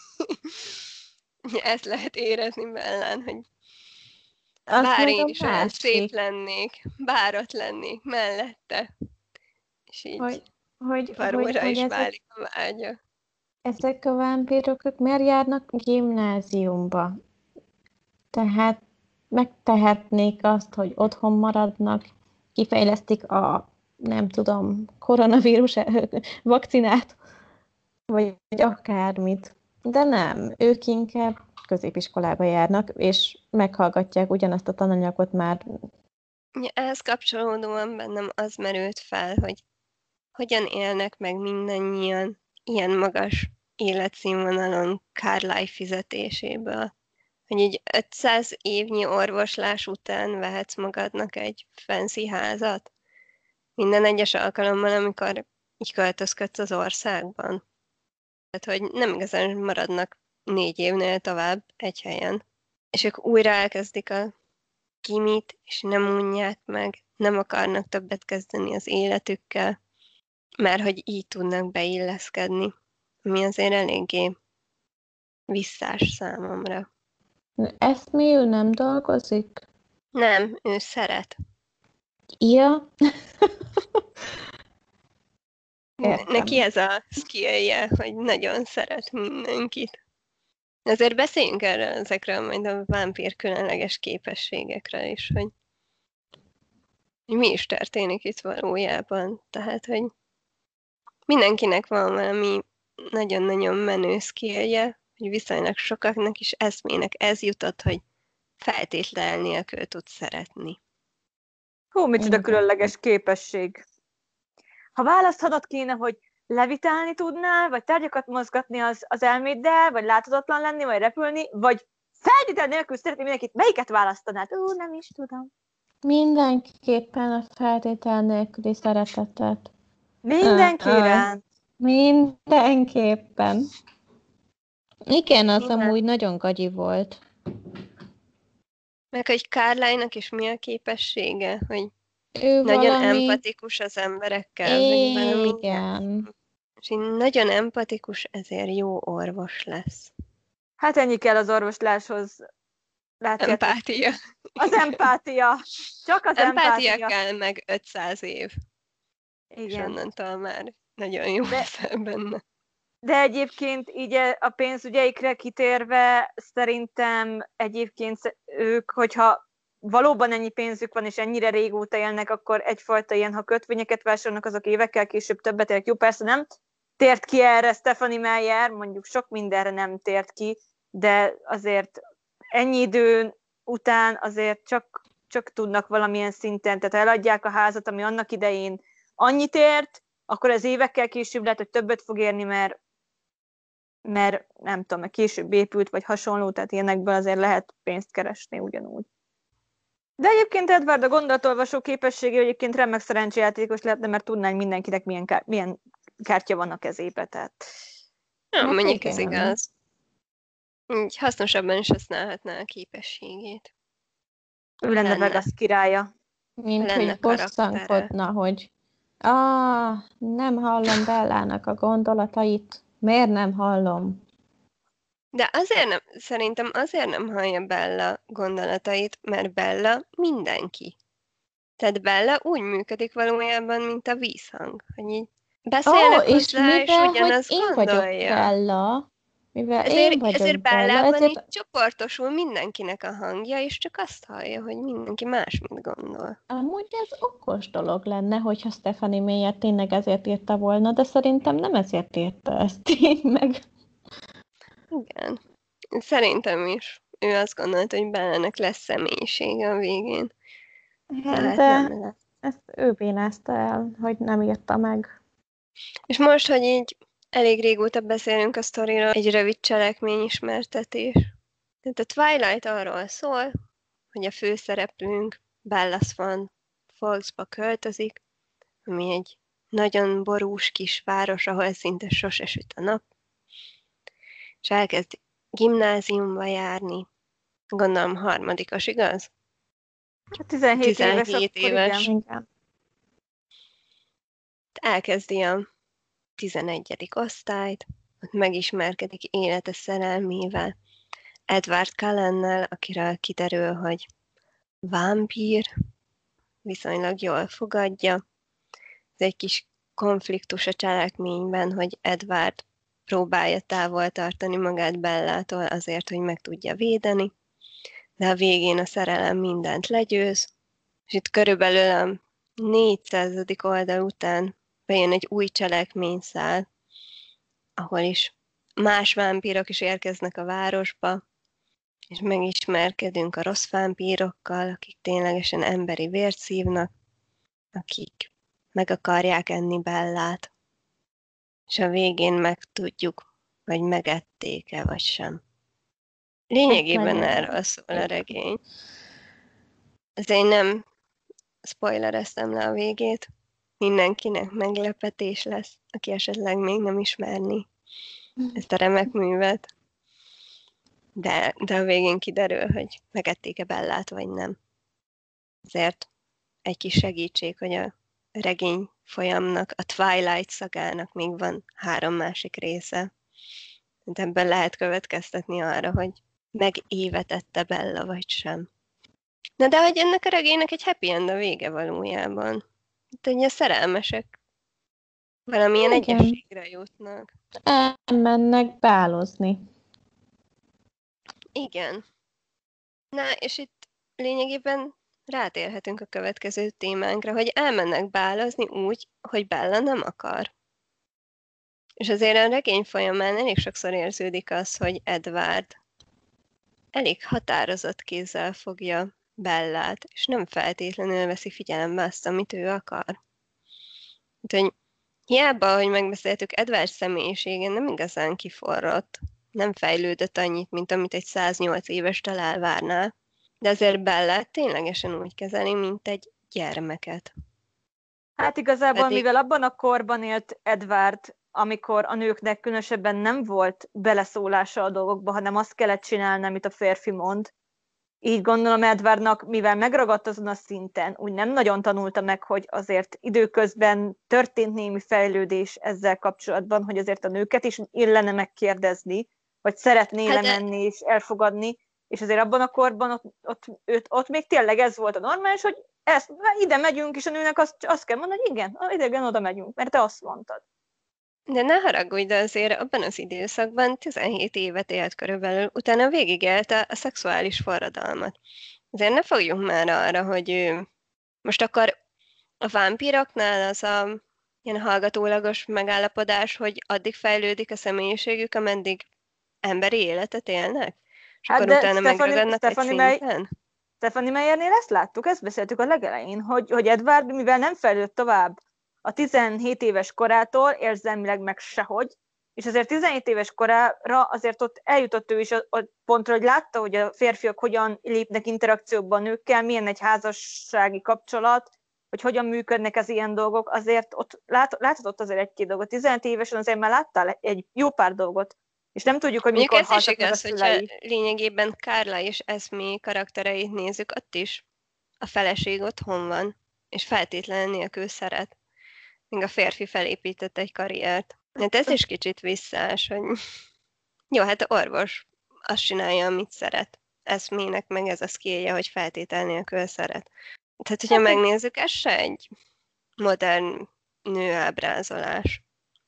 Ezt lehet érezni Bellán, hogy Az bár meg én a is olyan másik, szép lennék, bár ott lennék mellette. És így hogy, hogy, hogy, valóra hogy is ezek, válik a vágya. ezek a vámpírok, ők miért járnak gimnáziumba? Tehát megtehetnék azt, hogy otthon maradnak, kifejlesztik a, nem tudom, koronavírus vakcinát, vagy akármit. De nem, ők inkább középiskolába járnak, és meghallgatják ugyanazt a tananyagot már. Ja, ehhez kapcsolódóan bennem az merült fel, hogy hogyan élnek meg mindannyian ilyen magas életszínvonalon Carlyle fizetéséből. Hogy így ötszáz évnyi orvoslás után vehetsz magadnak egy fancy házat? Minden egyes alkalommal, amikor így költözködsz az országban. Tehát, hogy nem igazán maradnak négy évnél tovább egy helyen. És ők újra elkezdik a kimit, és nem unják meg, nem akarnak többet kezdeni az életükkel, mert hogy így tudnak beilleszkedni, ami azért eléggé visszás számomra. Eszméül nem dolgozik? Nem, ő szeret. Ja. Értem. Neki ez a skillje, hogy nagyon szeret mindenkit. Azért beszéljünk erről, ezekről majd a vámpír különleges képességekről is, hogy mi is történik itt valójában. Tehát, hogy mindenkinek van valami nagyon-nagyon menő skillje, hogy viszonylag sokaknak is eszmének ez jutott, hogy feltétlenül nélkül tud szeretni. Hú, micsoda különleges képesség. Ha választhatod kéne, hogy levitálni tudnál, vagy tárgyakat mozgatni az, az elméddel, vagy láthatatlan lenni, vagy repülni, vagy feltétel nélkül szeretni mindenkit, melyiket választanád? Ú, nem is tudom. Mindenképpen a feltétel nélküli szeretetet. Mindenki Uh, uh. iránt. Mindenképpen. Igen, az Igen. amúgy nagyon gagyi volt. Meg hogy Carlyle-nak is mi a képessége, hogy Ő nagyon valami... empatikus az emberekkel, meg valami. Igen. És így nagyon empatikus, ezért jó orvos lesz. Hát ennyi kell az orvosláshoz. Látjátok? Empátia. Az empátia. Csak az Empátia empátia. kell, meg ötszáz év. És Igen. onnantól már nagyon jó De- leszel benne. De egyébként így a pénzügyeikre kitérve szerintem egyébként ők, hogyha valóban ennyi pénzük van, és ennyire régóta élnek, akkor egyfajta ilyen, ha kötvényeket vásárolnak, azok évekkel később többet érnek. Jó, persze nem tért ki erre Stephenie Meyer, mondjuk sok mindenre nem tért ki, de azért ennyi idő után azért csak, csak tudnak valamilyen szinten, tehát eladják a házat, ami annak idején annyit ért, akkor ez évekkel később lehet, hogy többet fog érni, mert, mert nem tudom, mert később épült, vagy hasonló, tehát ilyenekből azért lehet pénzt keresni ugyanúgy. De egyébként Edward a gondolatolvasó képessége egyébként remek szerencsejátékos lehetne, mert tudná, hogy mindenkinek milyen, ká- milyen kártya van a kezébe. Tehát... Ja, Hát mondjuk ez igen. igaz. Így hasznosabban is használhatná a képességét. Ő lenne Lenne. Vegas királya. Mint Lenne hogy karaktere. bosszankodna, hogy ah, nem hallom Bellának a gondolatait. Miért nem hallom? De azért nem, szerintem azért nem hallja Bella gondolatait, mert Bella mindenki. Tehát Bella úgy működik valójában, mint a vízhang, hogy így beszélnek Ó, és hozzá, és mivel, hogy ugyanazt én vagyok gondolja. Bella, mivel én Ezért, vagyok ezért Bella, Bellában ezért így csoportosul mindenkinek a hangja, és csak azt hallja, hogy mindenki más mit gondol. amúgy ez okos dolog lenne, hogyha Stephenie Meyer tényleg ezért írta volna, de szerintem nem ezért írta ezt így meg. Igen. Szerintem is. ő azt gondolta, hogy Bellának lesz személyisége a végén. Hát, Tehát de nem lesz. ezt ő bénázta el, hogy nem írta meg. És most, hogy így elég régóta beszélünk a sztoriról, egy rövid cselekményismertetés. Tehát a Twilight arról szól, hogy a főszereplőnk Bella Swan Fallsba költözik, ami egy nagyon borús kis város, ahol szinte sose süt a nap, és elkezd gimnáziumba járni. Gondolom harmadikos, igaz? tizenhét éves, tizenhét akkor éves. igen. Igen. Elkezdi a tizenegyedik osztályt, ott megismerkedik élete szerelmével, Edward Cullennel, akiről kiderül, hogy vámpír, viszonylag jól fogadja. Ez egy kis konfliktus a cselekményben, hogy Edward próbálja távol tartani magát Bellától azért, hogy meg tudja védeni, de a végén a szerelem mindent legyőz, és itt körülbelül a négyszázadik oldal után bejön egy új cselekményszál, ahol is más vámpírok is érkeznek a városba, és megismerkedünk a rossz vámpírokkal, akik ténylegesen emberi vért szívnak, akik meg akarják enni Bellát, és a végén megtudjuk, hogy megették-e vagy sem. Lényegében nagyon erről szól a regény. Ezért nem spoilereztem le a végét. Mindenkinek meglepetés lesz, aki esetleg még nem ismerni ezt a remek művet. De, de a végén kiderül, hogy megették-e Bellát, vagy nem. Ezért egy kis segítség, hogy a regény folyamnak, a Twilight szagának még van három másik része. De ebben lehet következtetni arra, hogy megévetette Bella, vagy sem. Na de hogy ennek a regénynek egy happy end a vége valójában. Itt ugye a szerelmesek valamilyen Igen. egyességre jutnak. Elmennek bálozni. Igen. Na, és itt lényegében rátérhetünk a következő témánkra, hogy elmennek bálozni úgy, hogy Bella nem akar. És azért a regény folyamán elég sokszor érződik az, hogy Edward elég határozott kézzel fogja Bellát, és nem feltétlenül veszi figyelembe azt, amit ő akar. Úgyhogy hiába, ahogy megbeszéltük, Edward személyisége nem igazán kiforrott, nem fejlődött annyit, mint amit egy száznyolc évestől elvárnál, de azért Bellát ténylegesen úgy kezeli, mint egy gyermeket. Hát igazából, Pedig- mivel abban a korban élt Edward, amikor a nőknek különösebben nem volt beleszólása a dolgokba, hanem azt kellett csinálni, amit a férfi mond, így gondolom Edwardnak, mivel megragadt azon a szinten, úgy nem nagyon tanulta meg, hogy azért időközben történt némi fejlődés ezzel kapcsolatban, hogy azért a nőket is illene megkérdezni, vagy szeretné Hát de- lemenni és elfogadni, és azért abban a korban ott, ott, ott, ott még tényleg ez volt a normális, hogy ezt, ide megyünk, és a nőnek azt, azt kell mondani, hogy igen, idegen oda megyünk, mert te azt mondtad. De ne haragudj, de azért abban az időszakban tizenhét évet élt körülbelül, utána végigélte a szexuális forradalmat. Azért ne fogjunk már arra, hogy ő most akkor a vámpíroknál az a ilyen hallgatólagos megállapodás, hogy addig fejlődik a személyiségük, ameddig emberi életet élnek? És Hát akkor de utána Stephanie- megragadnak egy Stephanie May- szinten? Stephanie Meyernél ezt láttuk, ezt beszéltük a legelején, hogy, hogy Edward, mivel nem fejlődött tovább a tizenhét éves korától, érzelmileg meg sehogy, és azért tizenhét éves korára azért ott eljutott ő is a, a pontra, hogy látta, hogy a férfiak hogyan lépnek interakcióban nőkkel, milyen egy házassági kapcsolat, hogy hogyan működnek az ilyen dolgok, azért ott lát, láthatott azért egy-két dolgot. tizenhét évesen azért már láttál egy jó pár dolgot, és nem tudjuk, hogy Mondjuk mikor ez is haltak meg a igaz, hogyha szülei. lényegében Carla és Esme karaktereit nézzük, ott is a feleség otthon van, és feltétlenül nélkül szeret. Még a férfi felépített egy karriert. Hát ez is kicsit visszás, hogy jó, hát a orvos azt csinálja, amit szeret. Eszmének meg ez a skillje, hogy feltétel nélkül szeret. Tehát, hogyha Hát, megnézzük, ez se egy modern nőábrázolás.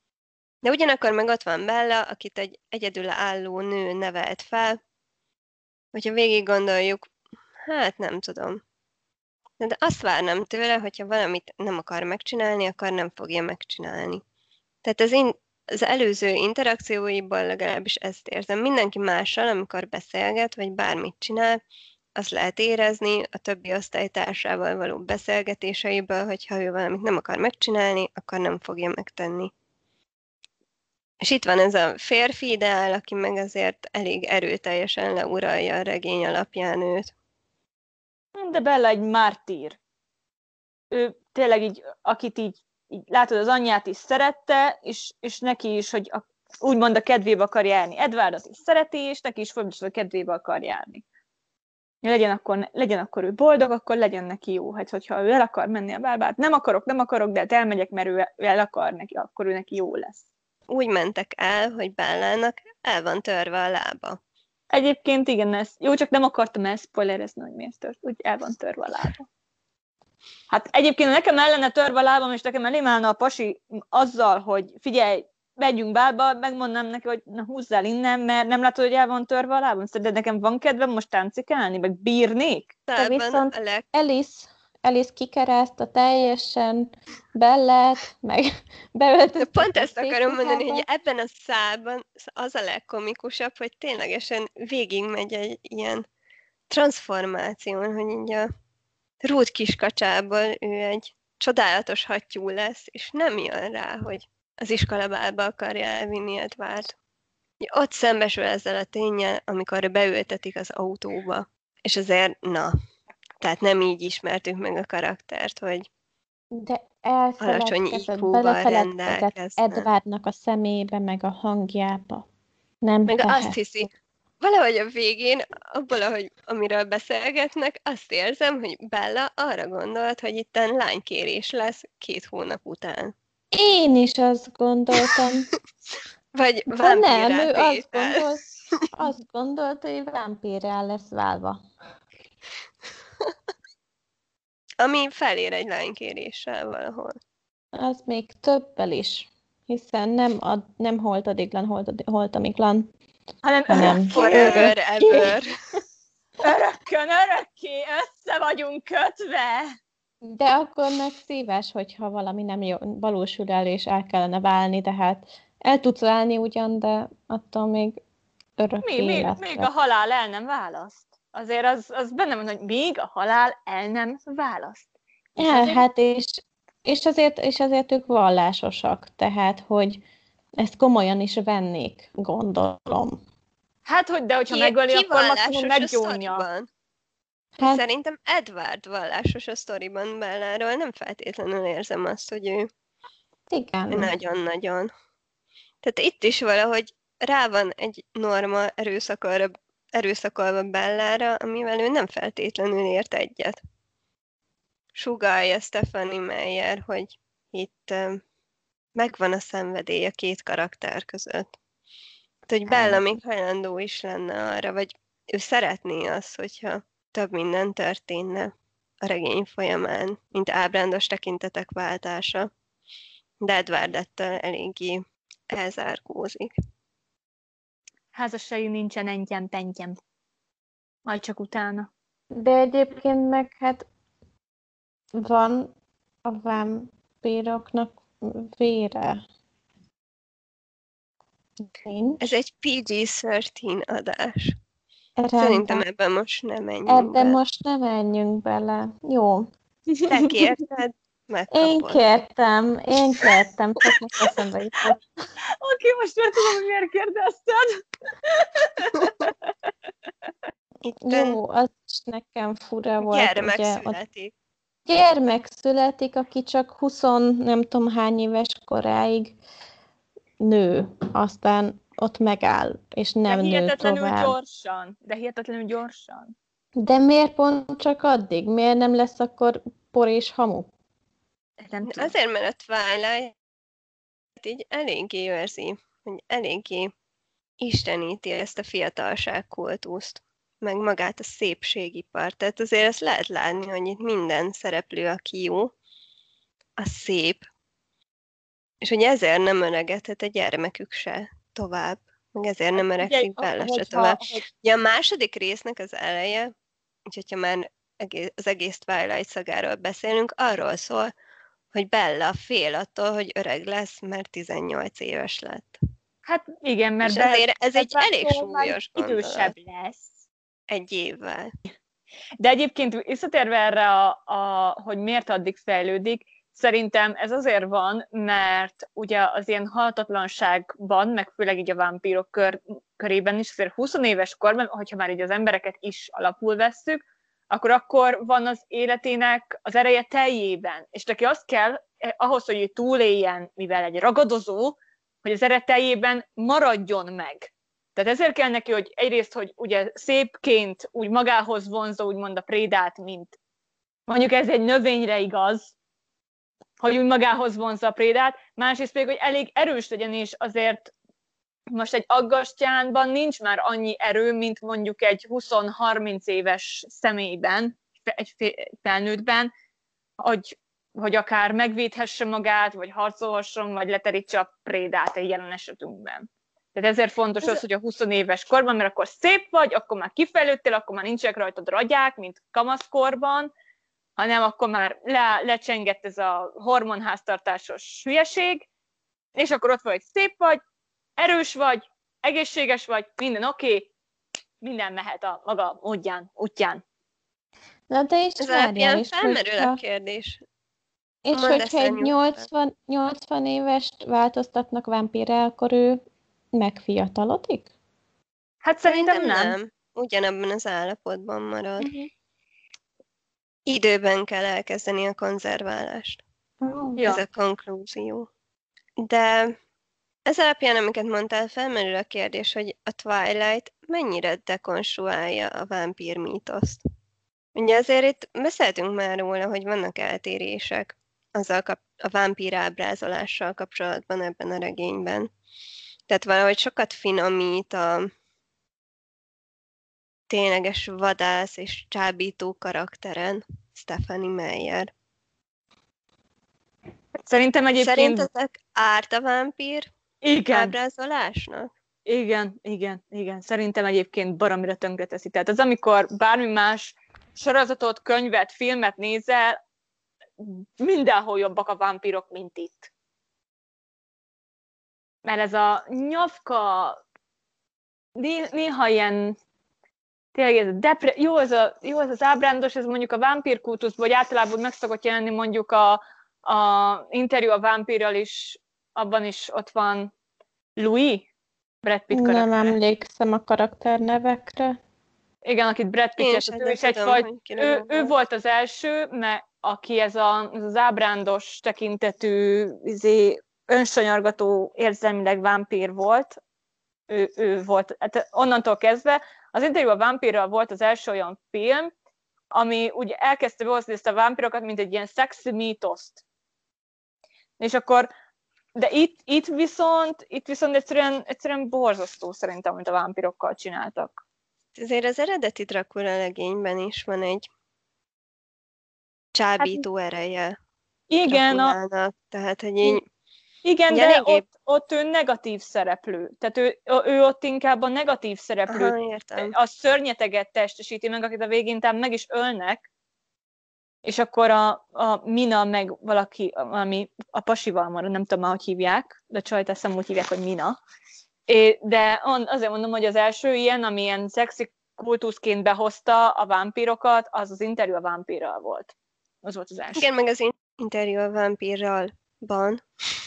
De ugyanakkor meg ott van Bella, akit egy egyedülálló nő nevelt fel, hogyha végig gondoljuk, hát nem tudom. De azt várnám tőle, hogyha valamit nem akar megcsinálni, akkor nem fogja megcsinálni. Tehát az, in, az előző interakcióiból legalábbis ezt érzem. Mindenki mással, amikor beszélget, vagy bármit csinál, azt lehet érezni a többi osztálytársával való beszélgetéseiből, hogyha ő valamit nem akar megcsinálni, akkor nem fogja megtenni. És itt van ez a férfi ideál, aki meg azért elég erőteljesen leuralja a regény alapján őt. De Bella egy mártír. Ő tényleg így, akit így, így látod, az anyját is szerette, és, és neki is, hogy a, úgymond a kedvébe akar járni. Edwardot is szereti, és neki is folyamatosan a kedvébe akar járni. Legyen akkor, legyen akkor ő boldog, akkor legyen neki jó. Hát, hogyha ő el akar menni a bálba, hát nem akarok, nem akarok, de hát elmegyek, mert ő el akar neki, akkor ő neki jó lesz. Úgy mentek el, hogy Bellának el van törve a lába. Egyébként igen, ez, jó, csak nem akartam elszpoilerezni, hogy miért tört, úgy el van törve a lába. Hát egyébként nekem ellene törve a lábam, és nekem elém állna a pasi azzal, hogy figyelj, megyünk bálba, megmondnám neki, hogy na húzzál innen, mert nem látod, hogy el van törve a lábam. De nekem van kedvem most táncikálni, vagy bírnék? De viszont a leg... Alice, Alice kikerázta teljesen Bellát, meg beöltözte. Pont ezt akarom mondani, hogy ebben a szálban az a legkomikusabb, hogy ténylegesen végigmegy egy ilyen transformáción, hogy így a Ruth kiskacsából ő egy csodálatos hattyú lesz, és nem jön rá, hogy az iskolabálba akarja elvinni Edward. Ott szembesül ezzel a ténnyel, amikor beültetik az autóba. És azért, na, tehát nem így ismertük meg a karaktert, hogy de alacsony í kú-val rendelkezne. Edwardnak a szemébe, meg a hangjába. Nem meg tehet. azt hiszi, valahogy a végén, abból, ahogy, amiről beszélgetnek, azt érzem, hogy Bella arra gondolt, hogy itten lánykérés lesz két hónap után. Én is azt gondoltam. Vagy de nem, ő azt gondolt, azt gondolt, hogy vámpírrá lesz válva. Ami felér egy lánykéréssel valahol. Az még többel is, hiszen nem, ad, nem holtadiglan, holtamiklan, hanem, hanem forever, ever. Örökkön, örökké össze vagyunk kötve. De akkor meg szíves, hogyha valami nem jó, valósul el, és el kellene válni, de hát el tudsz válni ugyan, de attól még örökké mi, még, még a halál el nem választ. Azért az, az benne van, hogy még a halál el nem választ. És ja, azért... hát és, és, azért, és azért ők vallásosak, tehát, hogy ezt komolyan is vennék, gondolom. Hát, hogy de hogyha ki, megöli, ki akkor maximum meggyónja. Hát... Szerintem Edward vallásos a sztoriban, Belláról nem feltétlenül érzem azt, hogy ő igen. Nagyon-nagyon. Tehát itt is valahogy rá van egy norma erőszakolva, erőszakolva Bellára, amivel ő nem feltétlenül ért egyet. Sugallja Stephanie Meyer, hogy itt um, megvan a szenvedély a két karakter között. Tehát, hogy Bella még hajlandó is lenne arra, vagy ő szeretné azt, hogyha több minden történne a regény folyamán, mint ábrándos tekintetek váltása. De Edward ettől eléggé elzárkózik. Házassági nincsen entyem-pentyem. Majd csak utána. De egyébként meg hát van a vámpíroknak vére. Nincs. Ez egy pé gé tizenhárom adás. Rendben. Szerintem ebben most nem menjünk Ebben bele. most nem menjünk bele. Jó. Te kérted, megkapod. Én kértem, én kértem, csak most eszembe jutott. Oké, most már tudom, hogy miért kérdezted. Itten Jó, az is nekem fura volt. gyermek ugye, születik. Gyermek születik, aki csak húsz nem tudom hány éves koráig nő, aztán ott megáll, és nem de nő hihetetlenül tovább. gyorsan. De hihetetlenül gyorsan. De miért pont csak addig? Miért nem lesz akkor por és hamu? Nem tudom. Azért, mert a Twilight így eléggé őrzi, hogy eléggé isteníti ezt a fiatalságkultuszt, meg magát a szépségipart. Tehát azért ezt lehet látni, hogy itt minden szereplő, aki jó, a szép, és hogy ezért nem öregedhet a gyermekük se tovább, meg ezért nem öregszik Bella se tovább. Hogy... Ugye a második résznek az eleje, úgyhogy ha már egész, az egész Twilight szagáról beszélünk, arról szól, hogy Bella fél attól, hogy öreg lesz, mert tizennyolc éves lett. Hát igen, mert És be, azért ez egy elég már súlyos idősebb gondolat. lesz. Egy évvel. De egyébként visszatérve erre, a, a, hogy miért addig fejlődik, szerintem ez azért van, mert ugye az ilyen halhatatlanságban, meg főleg így a vámpírok kör, körében is, azért húsz éves korban, hogyha már így az embereket is alapul vesszük, akkor akkor van az életének az ereje teljében. És neki azt kell, ahhoz, hogy ő túléljen, mivel egy ragadozó, hogy az ereje teljében maradjon meg. Tehát ezért kell neki, hogy egyrészt, hogy ugye szépként úgy magához vonzza úgymond a prédát, mint mondjuk ez egy növényre igaz, hogy úgy magához vonzza a prédát, másrészt pedig, hogy elég erős legyen, és azért most egy aggastyánban nincs már annyi erő, mint mondjuk egy húsz-harminc éves személyben, egy felnőttben, hogy, hogy akár megvédhesse magát, vagy harcolhasson, vagy leterítse a prédát egy jelen esetünkben. Tehát ezért fontos az, hogy a húsz éves korban, mert akkor szép vagy, akkor már kifejlődtél, akkor már nincsenek rajtad ragyák, mint kamaszkorban, hanem akkor már le, lecsengett ez a hormonháztartásos hülyeség, és akkor ott vagy, szép vagy, erős vagy, egészséges vagy, minden oké, okay, minden mehet a maga módján, útján. Na de is Ez alapján és felmerül hogyha, a kérdés. és Mondd hogyha ezt egy el nyolcvan, nyolcvan évest változtatnak vámpírre, akkor ő megfiatalodik? Hát szerintem, Szerintem nem. nem. Ugyanabban az állapotban marad. Uh-huh. Időben kell elkezdeni a konzerválást. Oh. Ez Ja. a konklúzió. De ez alapján, amiket mondtál, felmerül a kérdés, hogy a Twilight mennyire dekonstruálja a vámpír mítoszt. Ugye azért itt beszéltünk már róla, hogy vannak eltérések azzal kap- a vámpír ábrázolással kapcsolatban ebben a regényben. Tehát valahogy sokat finomít a tényleges vadász és csábító karakteren Stephenie Meyer. Szerintem egyébként... Szerintetek árt a vámpír igen. ábrázolásnak? Igen, igen, igen. Szerintem egyébként baromira tönkreteszi. Tehát az, amikor bármi más sorozatot, könyvet, filmet nézel, mindenhol jobbak a vámpírok, mint itt. Mert ez a nyafka, néha ilyen, tényleg ez a depre, jó, ez a, jó ez az ábrándos, ez mondjuk a vámpírkultuszban, vagy általában meg szokott jelenni mondjuk a, a interjú a vámpírral is, abban is ott van Louis, Brad Pitt karakter. Nem emlékszem a karakternevekre. Igen, akit Brad Pitt játszott, ő is egyfajta, ő, ő volt az első, mert aki ez, a, ez az ábrándos tekintetű, izé, önsanyargató érzelmileg vámpír volt, ő, ő volt, hát onnantól kezdve, az interjú a vámpírral volt az első olyan film, ami ugye elkezdte behozni ezt a vámpírokat, mint egy ilyen szexi mítoszt. És akkor, de itt, itt viszont, itt viszont egyszerűen, egyszerűen borzasztó szerintem, amit a vámpírokkal csináltak. Azért az eredeti Dracula legényben is van egy csábító hát, ereje igen, Draculának, a... tehát hogy így... Igen, de eléggé... ott, ott ő negatív szereplő. Tehát ő, ő ott inkább a negatív szereplő. Aha, értem. A szörnyeteget testesíti meg, akit a végén tám meg is ölnek, és akkor a, a Mina meg valaki, ami a pasival marad, nem tudom már, hogy hívják, de csajt azt hiszem úgy hívják, hogy Mina. É, de on, azért mondom, hogy az első ilyen, ami ilyen szexi kultuszként behozta a vámpírokat, az az interjú a vámpírral volt. Az volt az első. Igen, meg az interjú a vámpírralban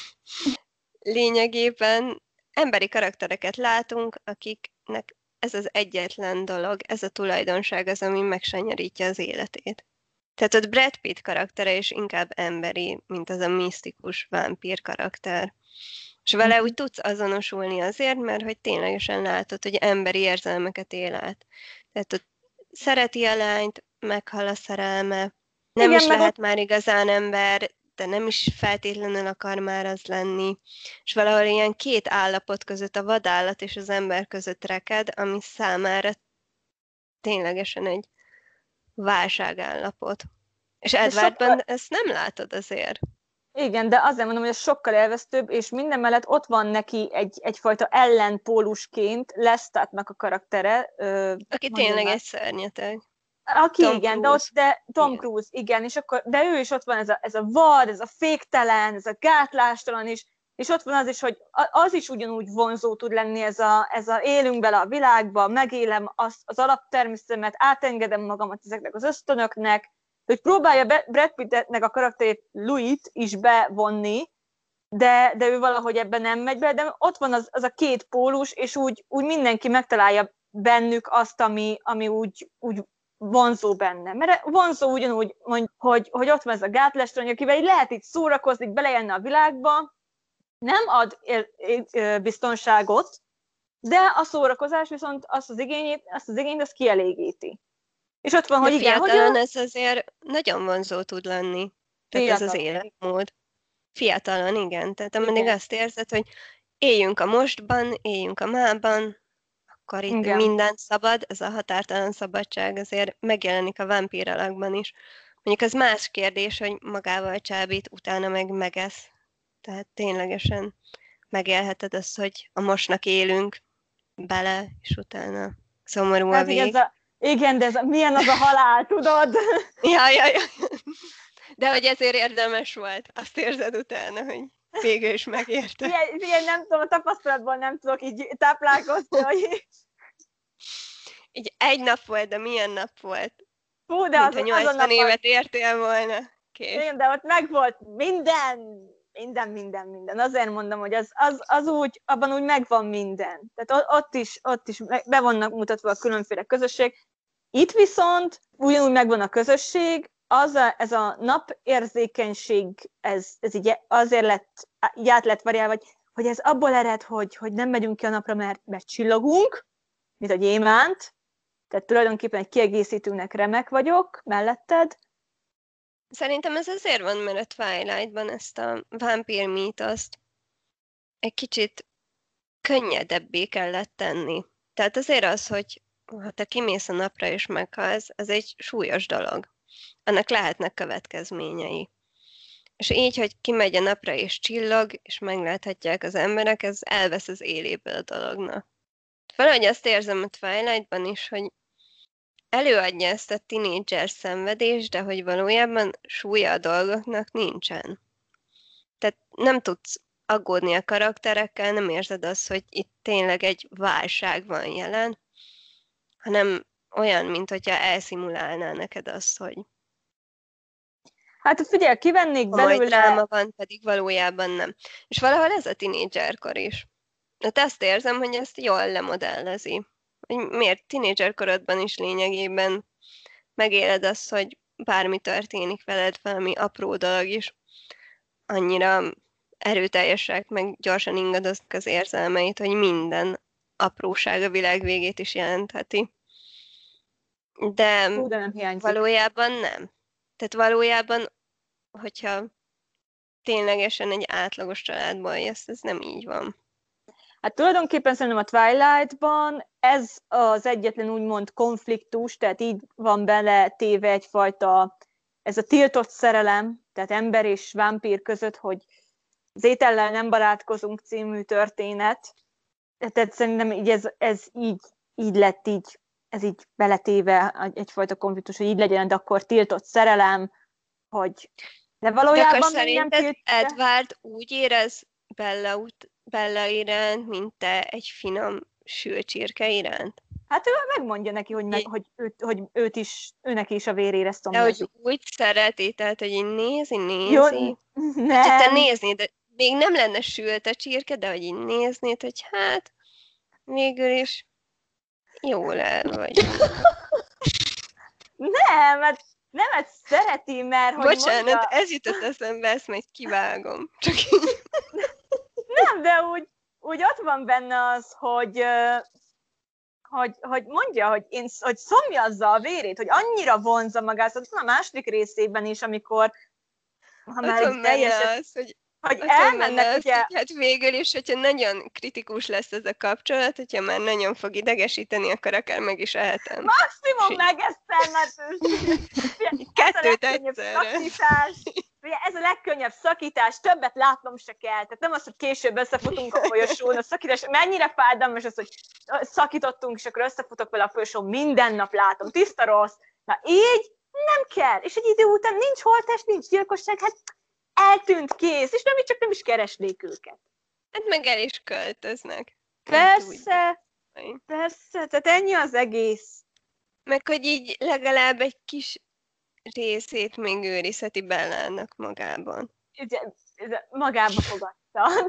lényegében emberi karaktereket látunk, akiknek ez az egyetlen dolog, ez a tulajdonság az, ami megsanyarítja az életét. Tehát ott Brad Pitt karaktere is inkább emberi, mint az a misztikus vámpír karakter. És vele mm-hmm. úgy tudsz azonosulni azért, mert hogy ténylegesen látod, hogy emberi érzelmeket él át. Tehát ott szereti a lányt, meghal a szerelme, nem Igen, is lehet ott... már igazán ember, de nem is feltétlenül akar már az lenni. És valahol ilyen két állapot között, a vadállat és az ember között reked, ami számára ténylegesen egy válságállapot. És Edwardban sokkal... ezt nem látod azért. Igen, de azért mondom, hogy ez sokkal élveztőbb, és minden mellett ott van neki egy, egyfajta ellenpólusként Lestatnak a karaktere. Ö, Aki tényleg egy szörnyeteg. Aki Tom igen, de, Cruise. ott, de Tom Igen. Cruise, igen, és akkor, de ő is ott van, ez a, ez a vad, ez a féktelen, ez a gátlástalan is, és ott van az is, hogy az is ugyanúgy vonzó tud lenni, ez a, ez a élünk bele a világba, megélem az, az alaptermészetemet, átengedem magamat ezeknek az ösztönöknek, hogy próbálja Brad Pittnek a karakterét, Louis-t is bevonni, de, de ő valahogy ebben nem megy be, de ott van az, az a két pólus, és úgy, úgy mindenki megtalálja bennük azt, ami, ami úgy, úgy vonzó benne. Mert vonzó ugyanúgy, hogy, hogy ott van ez a gátlástalan, akivel így lehet így szórakozni, belejelni a világba, nem ad biztonságot, de a szórakozás viszont azt az igényét, azt az igényt, azt kielégíti. És ott van, De hogy igen, hogy fiatalon ő... ez azért nagyon vonzó tud lenni. Tehát ez az életmód. Fiatalon, igen. Tehát ameddig azt érzed, hogy éljünk a mostban, éljünk a mában, akkor itt igen. Minden szabad, ez a határtalan szabadság azért megjelenik a vámpír alakban is. Mondjuk az más kérdés, hogy magával csábít, utána meg megesz. Tehát ténylegesen megélheted azt, hogy a mostnak élünk bele, és utána szomorú hát a vég. Ez a, igen, de ez a, milyen az a halál, tudod? ja, ja, ja. De hogy ezért érdemes volt. Azt érzed utána, hogy végül is megérte. Ilyen, ilyen nem tudom, a tapasztalatból nem tudok így táplálkozni, hogy... Így egy nap volt, de milyen nap volt? Fú, de mint az, ha nyolcvan évet értél volna. Kész. Igen, de ott meg volt minden, minden, minden, minden. Azért mondom, hogy az, az, az úgy, abban úgy megvan minden. Tehát ott is, ott is be vannak mutatva a különféle közösség. Itt viszont ugyanúgy megvan a közösség, az a, ez a napérzékenység, ez, ez így azért lett, így át lett variálva, hogy, hogy ez abból ered, hogy, hogy nem megyünk ki a napra, mert, mert csillogunk, mint a gyémánt, tehát tulajdonképpen egy kiegészítőnek remek vagyok melletted. Szerintem ez azért van, mert a Twilight-ban ezt a vámpír mítoszt egy kicsit könnyedebbé kellett tenni. Tehát azért az, hogy ha te kimész a napra és meghalsz, az egy súlyos dolog. Annak lehetnek következményei. És így, hogy kimegy a napra és csillog, és megláthatják az emberek, ez elvesz az éléből a dolognak. Valahogy azt érzem a Twilight-ban is, hogy előadja ezt a tínédzser szenvedést, de hogy valójában súlya a dolgoknak nincsen. Tehát nem tudsz aggódni a karakterekkel, nem érzed azt, hogy itt tényleg egy válság van jelen, hanem olyan, mint hogyha elszimulálná neked azt, hogy hát figyelj, kivennék belőle... Majd dráma van, pedig valójában nem. És valahol ez a tínédzserkor is. Hát azt érzem, hogy ezt jól lemodellezi. Hogy miért tínédzserkorodban is lényegében megéled azt, hogy bármi történik veled, valami apró dolog is, annyira erőteljesek, meg gyorsan ingadoznak az érzelmeit, hogy minden apróság a világ végét is jelentheti. De, Hú, de nem valójában nem. Tehát valójában, hogyha ténylegesen egy átlagos családból jössz, ez nem így van. Hát tulajdonképpen szerintem a Twilight-ban ez az egyetlen úgymond konfliktus, tehát így van bele téve egyfajta, ez a tiltott szerelem, tehát ember és vámpír között, hogy az étellel nem barátkozunk című történet. Tehát szerintem így ez, ez így, így lett így, ez így beletéve egyfajta konfliktus, hogy így legyen, de akkor tiltott szerelem, hogy de valójában de akkor szerinted tilt... Edward úgy érez Bella, ut- Bella iránt, mint te egy finom sült csirke iránt? Hát ő megmondja neki, hogy, meg, hogy, őt, hogy őt is, őnek is a vérére szomjazik. De hogy úgy szereti, tehát hogy így nézi, nézi. Jó, nem. Ha te néznéd, de még nem lenne sült a csirke, de hogy így néznéd, hogy hát végül is jól el vagy. Nem, mert nem ezt szereti, mert hogy Bocsánat, mondja... ez jutott eszembe, ezt majd kivágom. Csak nem, de úgy, úgy ott van benne az, hogy, hogy, hogy mondja, hogy, én, hogy szomjazza a vérét, hogy annyira vonzza magát, szóval a második részében is, amikor ha már ott teljesen... az, hogy hogy elmennek, az, ugye... hogy hát végül is, hogyha nagyon kritikus lesz ez a kapcsolat, hogyha már nagyon fog idegesíteni, akkor akár meg is ehetem. Maximum megeszem, mert kettőt egyszerre. Ez a legkönnyebb szakítás, többet látnom se kell. Tehát nem az, hogy később összefutunk a folyosón, a szakítás mennyire fájdalmas az, hogy szakítottunk, és akkor összefutok vele a folyosón, minden nap látom, tiszta rossz, Na így nem kell, és egy idő után nincs holttest, nincs gyilkosság, hát eltűnt, kész, és nem is csak nem is keresnék őket. Hát meg el is költöznek. Persze, persze, tehát ennyi az egész. Meg hogy így legalább egy kis részét még őrizheti Bellának magában. Ugye, magába fogadta.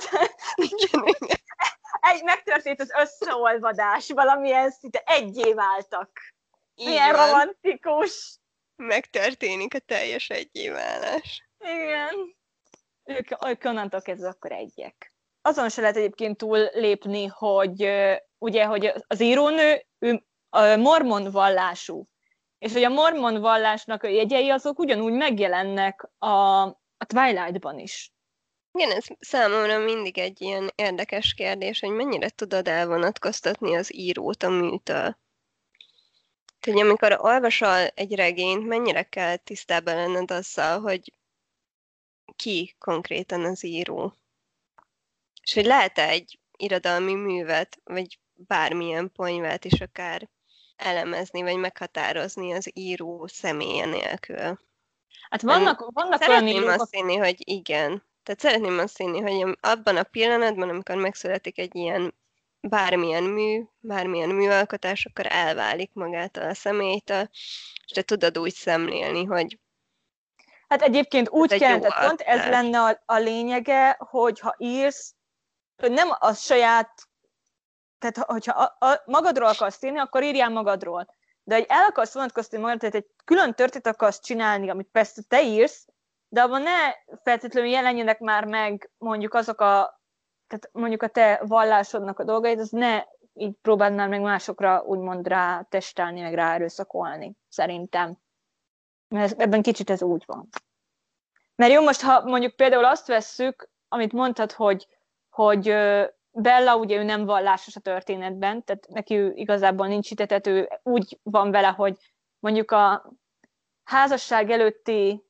Egy, megtörtént az összeolvadás, valamilyen szinte egyé váltak. Így milyen van. romantikus. Megtörténik a teljes egyéválás. Igen. Ők, ők onnantól kezdve akkor egyek. Azon se lehet egyébként túl lépni, hogy ugye, hogy az írónő ő a mormon vallású. És hogy a mormon vallásnak a jegyei azok ugyanúgy megjelennek a, a Twilight-ban is. Igen, ez számomra mindig egy ilyen érdekes kérdés, hogy mennyire tudod elvonatkoztatni az írót a műtől. Tehát, amikor olvasol egy regényt, mennyire kell tisztában lenned azzal, hogy ki konkrétan az író. És hogy lehet-e egy irodalmi művet, vagy bármilyen ponyvát is akár elemezni, vagy meghatározni az író személye nélkül. Hát vannak, vannak Szeretném olyan írók, azt hinni, hogy igen. Tehát szeretném azt hinni, hogy abban a pillanatban, amikor megszületik egy ilyen bármilyen mű, bármilyen műalkotás, akkor elválik magától a személytől, és te tudod úgy szemlélni, hogy hát egyébként úgy egy kell, jó tehát pont ez alkotás. lenne a, a lényege, hogy ha írsz, hogy nem a saját, tehát hogyha a, a, magadról akarsz írni, akkor írjál magadról. De hogy el akarsz vonatkoztatni magad, tehát egy külön történet akarsz csinálni, amit persze te írsz, de abban ne feltétlenül jelenjenek már meg mondjuk azok a, tehát mondjuk a te vallásodnak a dolgaid, az ne így próbáld már meg másokra úgymond rá testálni, meg rá erőszakolni, szerintem. Mert ebben kicsit ez úgy van. Mert jó, most ha mondjuk például azt vesszük, amit mondtad, hogy, hogy Bella ugye ő nem vallásos a történetben, tehát neki ő igazából nincs hite, tehát ő úgy van vele, hogy mondjuk a házasság előtti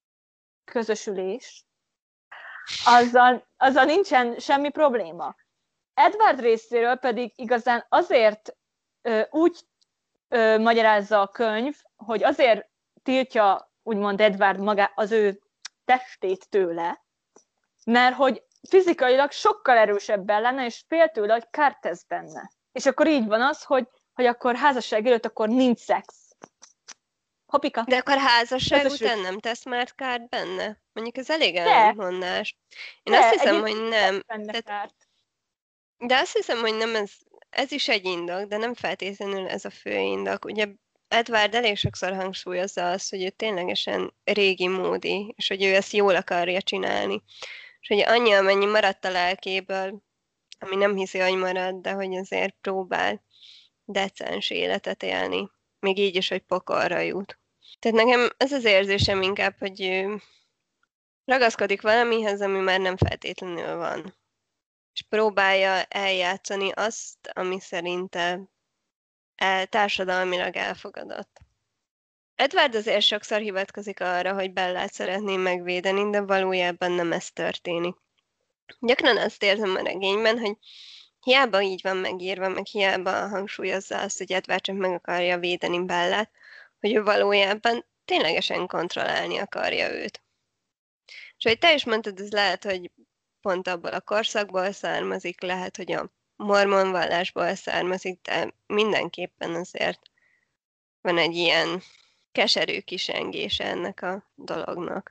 közösülés, azzal, azzal nincsen semmi probléma. Edward részéről pedig igazán azért ö, úgy ö, magyarázza a könyv, hogy azért tiltja úgymond Edward maga, az ő testét tőle, mert hogy fizikailag sokkal erősebben lenne, és fél tőle, hogy kárt tesz benne. És akkor így van az, hogy, hogy akkor házasság előtt akkor nincs szex. Hopika. De akkor házasság Közösül. után nem tesz már kárt benne? Mondjuk ez elég De. ellentmondás. Én De, azt hiszem, egyébként hogy nem. tesz benne Tehát, kárt. de azt hiszem, hogy nem ez, ez is egy indok, de nem feltétlenül ez a fő indok. Ugye Edward elég sokszor hangsúlyozza azt, hogy ő ténylegesen régi módi, és hogy ő ezt jól akarja csinálni. És hogy annyi, amennyi maradt a lelkéből, ami nem hiszi, hogy marad, de hogy azért próbál decens életet élni. Még így is, hogy pokolra jut. Tehát nekem ez az érzésem inkább, hogy ő ragaszkodik valamihez, ami már nem feltétlenül van. És próbálja eljátszani azt, ami szerinte el, társadalmilag elfogadott. Edward azért sokszor hivatkozik arra, hogy Bellát szeretné megvédeni, de valójában nem ez történik. Gyakran azt érzem a regényben, hogy hiába így van megírva, meg hiába hangsúlyozza azt, hogy Edward csak meg akarja védeni Bellát, hogy ő valójában ténylegesen kontrollálni akarja őt. És hogy te is mondtad, ez lehet, hogy pont abból a korszakból származik, lehet, hogy a mormon vallásból származik, de mindenképpen azért van egy ilyen keserű kisengése ennek a dolognak.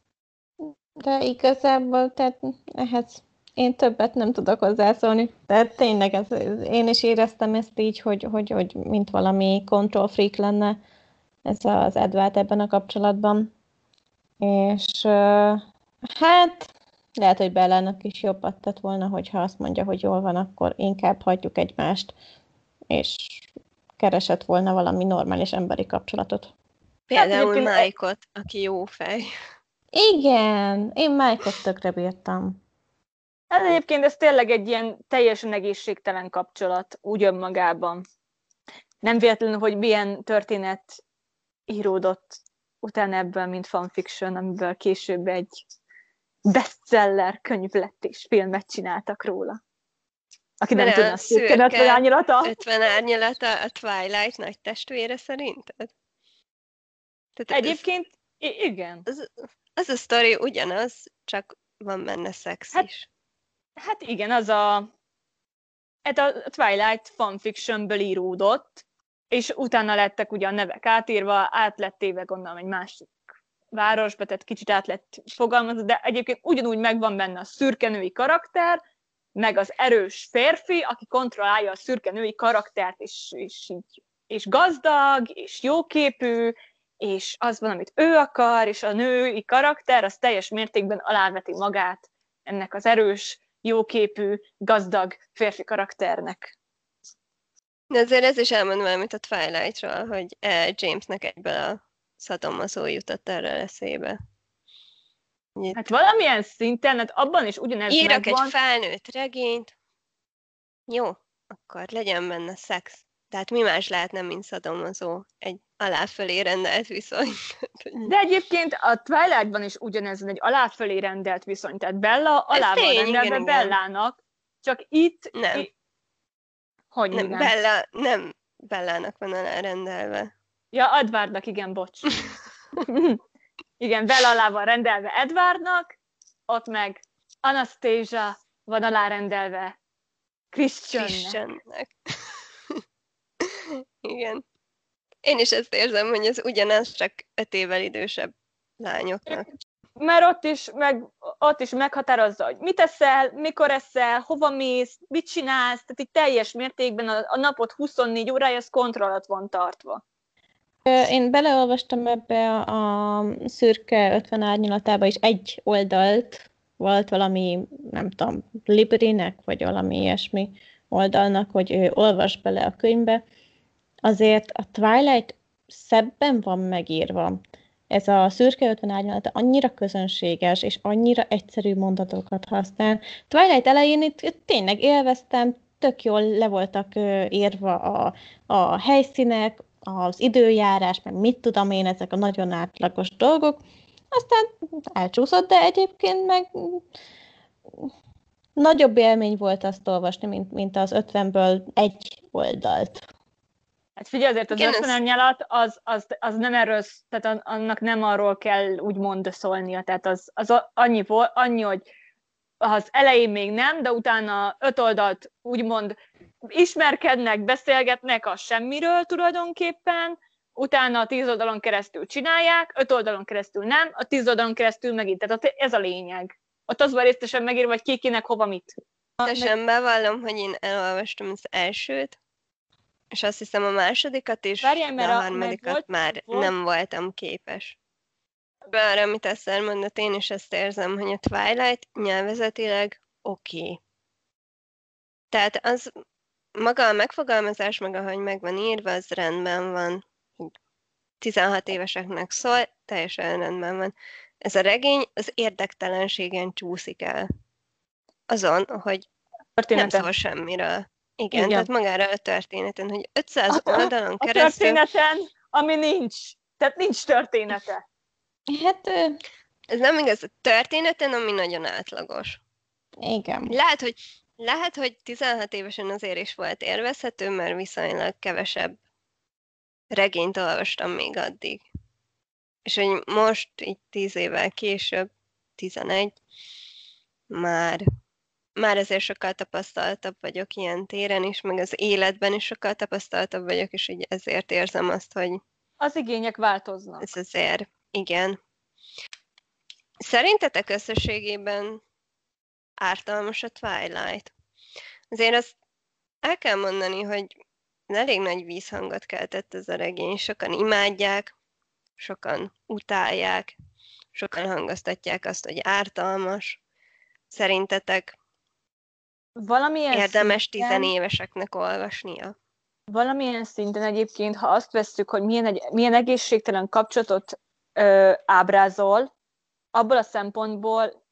De igazából, tehát ehhez én többet nem tudok hozzászólni. Tehát tényleg ez, én is éreztem ezt így, hogy, hogy, hogy mint valami control freak lenne ez az Edward ebben a kapcsolatban. És hát lehet, hogy Bellának is jobbat tett volna, hogyha azt mondja, hogy jól van, akkor inkább hagyjuk egymást, és keresett volna valami normális emberi kapcsolatot. Például egyébként- Mike-ot, aki jó fej. Igen, én Mike-ot tökre bírtam. Hát egyébként ez tényleg egy ilyen teljesen egészségtelen kapcsolat, úgy önmagában. Nem véletlenül, hogy milyen történet íródott utána ebből, mint fanfiction, amiből később egy bestseller könyv lett, és filmet csináltak róla. Aki nem Mert tudna, a azt szürke ötven árnyalata. ötven árnyalata a Twilight nagy testvére szerinted? Tehát Egyébként, ez, igen. Az, az a sztori ugyanaz, csak van benne szex hát, is. Hát igen, az a... Hát a Twilight fanfictionből íródott, és utána lettek ugye a nevek átírva, át lett téve gondolom egy másik városba, tehát kicsit át lett fogalmazva, de egyébként ugyanúgy megvan benne a szürke női karakter, meg az erős férfi, aki kontrollálja a szürke női karaktert, és, és, így, és gazdag, és jóképű, és az van, amit ő akar, és a női karakter az teljes mértékben aláveti magát ennek az erős, jóképű, gazdag férfi karakternek. De azért ez is elmond valamit a Twilightról, hogy Jamesnek egyből a szadomazó jutott erre eszébe. Itt hát valamilyen szinten, hát abban is ugyanez írok megvan. egy felnőtt regényt, jó, akkor legyen benne szex. Tehát mi más lehetne, mint szadomazó egy aláfölé rendelt viszony. De egyébként a Twilightban is ugyanez egy aláfölé rendelt viszony. Tehát Bella alá van rendelve Bellának, csak itt... Nem. Itt... Hogy nem, nem? Bella, nem Bellának van alárendelve. Ja, Edwardnak, igen, bocs. Igen, Bella alá van rendelve Edwardnak, ott meg Anastasia van alárendelve Christiannek. Christiannek. Igen. Én is ezt érzem, hogy ez ugyanaz, csak öt évvel idősebb lányoknak. Mert ott is, meg, ott is meghatározza, hogy mit eszel, mikor eszel, hova mész, mit csinálsz, tehát így teljes mértékben a, a napot huszonnégy órája az kontroll alatt van tartva. Én beleolvastam ebbe a, a szürke ötven árnyalatába is egy oldalt, volt valami, nem tudom, Librinek, vagy valami ilyesmi oldalnak, hogy ő olvas bele a könyvbe. Azért a Twilight szebben van megírva. Ez a szürke ötven árnyalata annyira közönséges, és annyira egyszerű mondatokat használ. Twilight elején itt, itt tényleg élveztem, tök jól le voltak írva a, a helyszínek, az időjárás, meg mit tudom én, ezek a nagyon átlagos dolgok. Aztán elcsúszott, de egyébként meg nagyobb élmény volt azt olvasni, mint, mint az ötvenből egy oldalt. Hát figyelj, azért az ötven árnyalat, az, az, az nem erről, tehát annak nem arról kell úgymond szólnia, tehát az, az annyi, annyi, hogy az elején még nem, de utána öt oldalt úgymond ismerkednek, beszélgetnek a semmiről tulajdonképpen, utána a tíz oldalon keresztül csinálják, öt oldalon keresztül nem, a tíz oldalon keresztül megint. Tehát ez a lényeg. Ott az van részletesen megírva, hogy ki kinek hova mit. Teljesen bevallom, hogy én elolvastam az elsőt, és azt hiszem a másodikat is, Várjál, de a harmadikat volt, már volt. Nem voltam képes. Bár amit Eszter mondott, én is ezt érzem, hogy a Twilight nyelvezetileg oké. Okay. Tehát az maga a megfogalmazás, meg ahogy meg van írva, az rendben van. tizenhat éveseknek szól, teljesen rendben van. Ez a regény az érdektelenségen csúszik el. Azon, hogy történeten. Nem szól semmiről. Igen, Igen, tehát magára a történeten, hogy ötszáz a, oldalon a keresztül... A történeten, ami nincs. Tehát nincs története. Hát... Ez nem igaz, a történeten, ami nagyon átlagos. Igen. Lehet, hogy, lehet, hogy tizenhat évesen azért is volt élvezhető, mert viszonylag kevesebb regényt olvastam még addig. És hogy most, így tíz évvel később, tizenegy, már... Már ezért sokkal tapasztaltabb vagyok ilyen téren is, meg az életben is sokkal tapasztaltabb vagyok, és így ezért érzem azt, hogy... Az igények változnak. Ez azért, igen. Szerintetek összességében ártalmas a Twilight? Azért azt el kell mondani, hogy elég nagy vízhangot keltett ez a regény. Sokan imádják, sokan utálják, sokan hangoztatják azt, hogy ártalmas. Szerintetek valamilyen érdemes szinten, tizenéveseknek olvasnia? Valamilyen szinten egyébként, ha azt vesszük, hogy milyen, egy, milyen egészségtelen kapcsolatot ö, ábrázol, abból a szempontból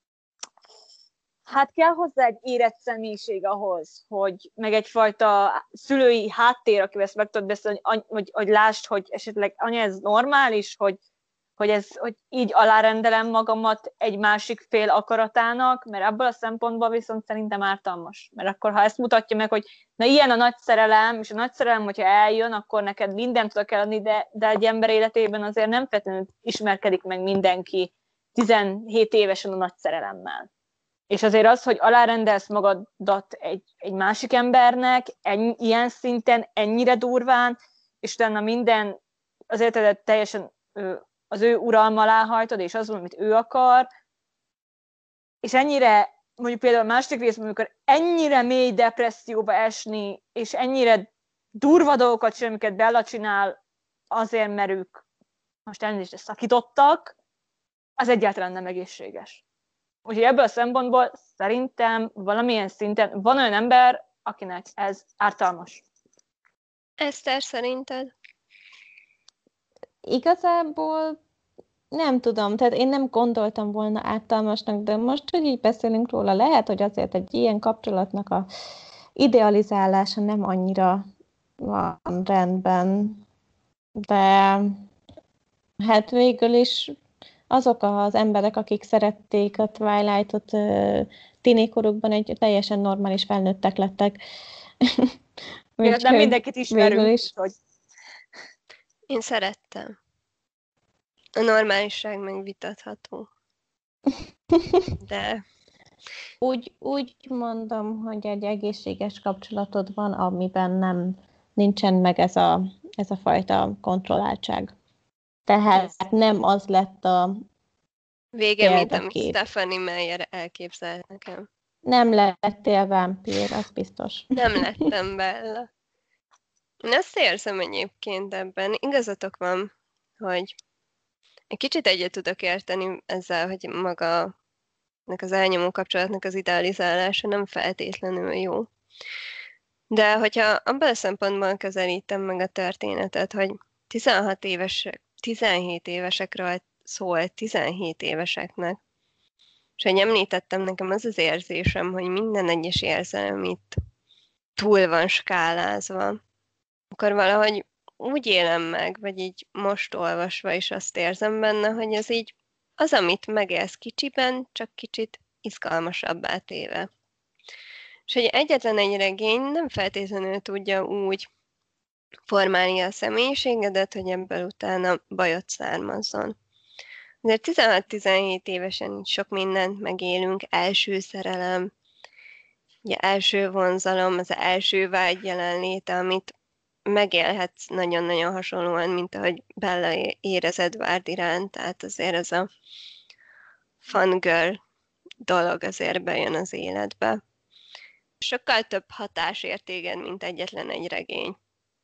hát kell hozzá egy érett személyiség ahhoz, hogy meg egyfajta szülői háttér, akivel ezt meg tudod beszélni, hogy, hogy, hogy lásd, hogy esetleg anya, ez normális, hogy, hogy, ez, hogy így alárendelem magamat egy másik fél akaratának, mert ebből a szempontból viszont szerintem ártalmas. Mert akkor, ha ezt mutatja meg, hogy na ilyen a nagy szerelem, és a nagy szerelem, hogyha eljön, akkor neked mindent tudok eladni, de, de egy ember életében azért nem feltétlenül ismerkedik meg mindenki tizenhét évesen a nagy szerelemmel. És azért az, hogy alárendelsz magadat egy, egy másik embernek, ennyi, ilyen szinten, ennyire durván, és utána minden az életedet teljesen az ő uralma alá hajtod, és az, amit ő akar, és ennyire, mondjuk például a másik részben, amikor ennyire mély depresszióba esni, és ennyire durva dolgokat sem, amiket Bella csinál, azért, mert ők most elnézést szakítottak, az egyáltalán nem egészséges. Úgyhogy ebből a szempontból szerintem valamilyen szinten van olyan ember, akinek ez ártalmas. Eszter, szerinted? Igazából nem tudom, tehát én nem gondoltam volna ártalmasnak, de most, hogy így beszélünk róla, lehet, hogy azért egy ilyen kapcsolatnak a idealizálása nem annyira van rendben, de hát végül is azok az emberek, akik szerették a Twilight-ot tinékorukban, egy teljesen normális felnőttek lettek. Ja, nem mindenkit ismerünk. Is. Hogy... Én szerettem. A normálisság megvitatható. De... Úgy, úgy mondom, hogy egy egészséges kapcsolatod van, amiben nem nincsen meg ez a, ez a fajta kontrolláltság. Tehát yes. Nem az lett a vége, mint amit Stephenie Meyer elképzelt nekem. Nem lettél vámpír, az biztos. Nem lettem Bella. Én azt érzem egyébként ebben. Igazatok van, hogy egy kicsit egyet tudok érteni ezzel, hogy maga az elnyomó kapcsolatnak az idealizálása nem feltétlenül jó. De hogyha abban a szempontból közelítem meg a történetet, hogy tizenhat évesek, tizenhét évesekről szól tizenhét éveseknek, és hogy említettem, nekem az az érzésem, hogy minden egyes érzelem itt túl van skálázva, akkor valahogy úgy élem meg, vagy így most olvasva is azt érzem benne, hogy ez így az, amit megélsz kicsiben, csak kicsit izgalmasabbá téve. És hogy egyetlen egy regény nem feltétlenül tudja úgy formálni a személyiségedet, hogy ebből utána bajot származzon. Azért tizenhat-tizenhét évesen sok mindent megélünk, első szerelem, ugye első vonzalom, az első vágy jelenléte, amit megélhetsz nagyon-nagyon hasonlóan, mint ahogy Bella érez Edward iránt, tehát azért ez a fangirl dolog azért bejön az életbe. Sokkal több hatás ér téged, mint egyetlen egy regény.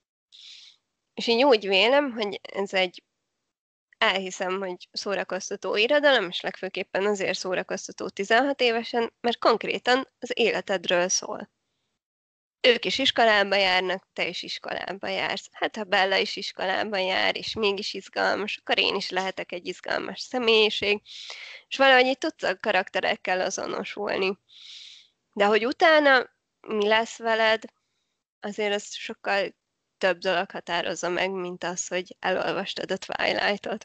És így úgy vélem, hogy ez egy, elhiszem, hogy szórakoztató irodalom, és legfőképpen azért szórakoztató tizenhat évesen, mert konkrétan az életedről szól. Ők is iskolába járnak, te is iskolába jársz. Hát ha Bella is iskolába jár, és mégis izgalmas, akkor én is lehetek egy izgalmas személyiség, és valahogy így tudsz a karakterekkel azonosulni. De hogy utána mi lesz veled, azért az sokkal több dolog határozza meg, mint az, hogy elolvastad a Twilight-ot.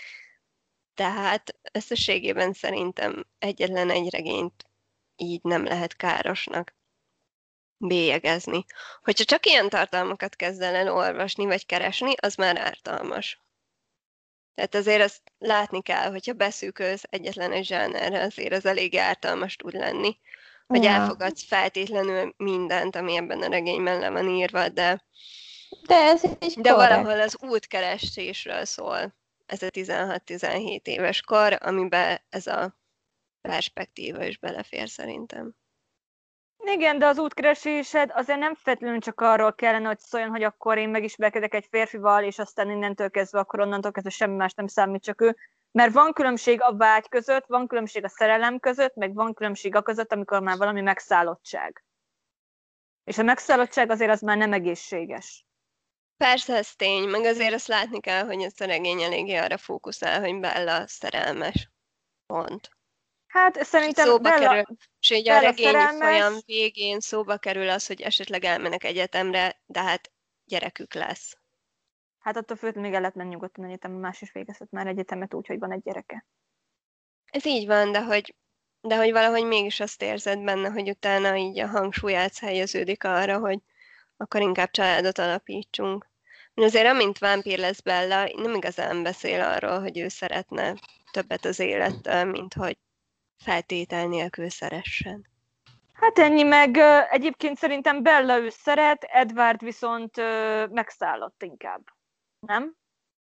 Tehát összességében szerintem egyetlen egy regényt így nem lehet károsnak bélyegezni. Hogyha csak ilyen tartalmakat kezd el olvasni, vagy keresni, az már ártalmas. Tehát azért azt látni kell, hogyha beszűkölsz egyetlen egy zsánerre, azért az elég ártalmas tud lenni. Hogy ja. elfogadsz feltétlenül mindent, ami ebben a regényben le van írva, de, de, ez is de valahol az útkeresésről szól ez a tizenhat-tizenhét éves kor, amiben ez a perspektíva is belefér szerintem. Igen, de az útkeresésed azért nem feltétlenül csak arról kellene, hogy szóljon, hogy akkor én megismerkedek egy férfival, és aztán innentől kezdve, akkor onnantól kezdve semmi más nem számít, csak ő. Mert van különbség a vágy között, van különbség a szerelem között, meg van különbség a között, amikor már valami megszállottság. És a megszállottság azért az már nem egészséges. Persze, ez tény, meg azért azt látni kell, hogy ez a regény eléggé arra fókuszál, hogy Bella szerelmes. Pont. Hát szerintem szóba Bella, kerül, és így Bella a regény szerelmes... folyam végén szóba kerül az, hogy esetleg elmennek egyetemre, de hát gyerekük lesz. Hát attól függetlenül még el lehet menni nyugodtan egyetemre, más is végezhet már egyetemet úgy, hogy van egy gyereke. Ez így van, de hogy, de hogy valahogy mégis azt érzed benne, hogy utána így a hangsúly áthelyeződik arra, hogy akkor inkább családot alapítsunk. Mert azért amint vámpír lesz Bella, nem igazán beszél arról, hogy ő szeretne többet az élettől, mint hogy feltétel nélkül szeressen. Hát ennyi, meg ö, egyébként szerintem Bella ő szeret, Edward viszont ö, megszállott inkább. Nem?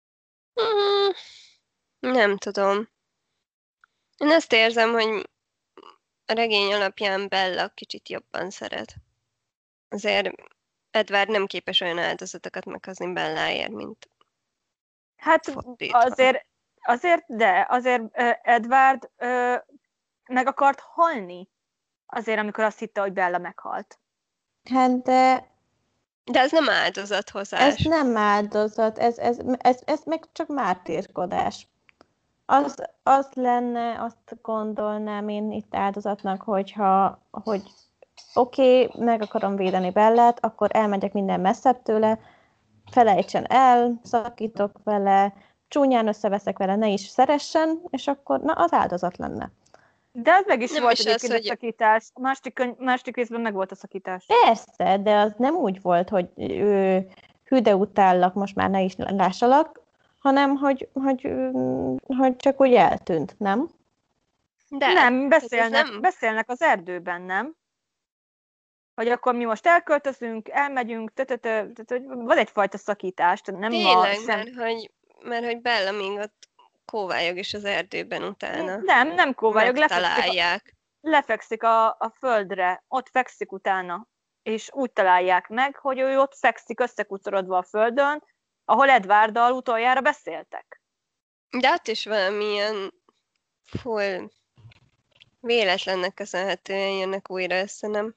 Mm, nem tudom. Én azt érzem, hogy a regény alapján Bella kicsit jobban szeret. Azért Edward nem képes olyan áldozatokat meghozni Belláért, mint Hát fordítva. azért, azért, de azért ö, Edward ö, meg akart halni. Azért, amikor azt hitte, hogy Bella meghalt. Hát de De ez nem áldozathozás. ez nem áldozat, ez, ez, ez, ez meg csak mártírkodás. Az, az lenne, azt gondolnám én itt áldozatnak, hogyha, hogy oké, okay, meg akarom védeni Bellát, akkor elmegyek minden messzebb tőle, felejtsen el, szakítok vele, csúnyán összeveszek vele, ne is szeressen, és akkor na, az áldozat lenne. De az meg is Nem volt is egyébként az, a hogy- szakítás. Másik, könyv- másik részben meg volt a szakítás. Persze, de az nem úgy volt, hogy ő, hű de utállak, most már ne is lássalak, hanem hogy, hogy, mm, hogy csak úgy eltűnt, nem? De Nem, beszélnek, nem- beszélnek az erdőben, nem? Hogy akkor mi most elköltözünk, elmegyünk, tötötö, tehát van egyfajta szakítás, tehát nem ma tényleg, sem... mert hogy, mert hogy Bella még ott kóvályog is az erdőben utána. Nem, nem kóvályog, lefekszik, a, Megtalálják. lefekszik a, a földre, ott fekszik utána, és úgy találják meg, hogy ő ott fekszik összekucorodva a földön, ahol Edwarddal utoljára beszéltek. De ott is valamilyen full véletlennek köszönhetően jönnek újra össze, nem?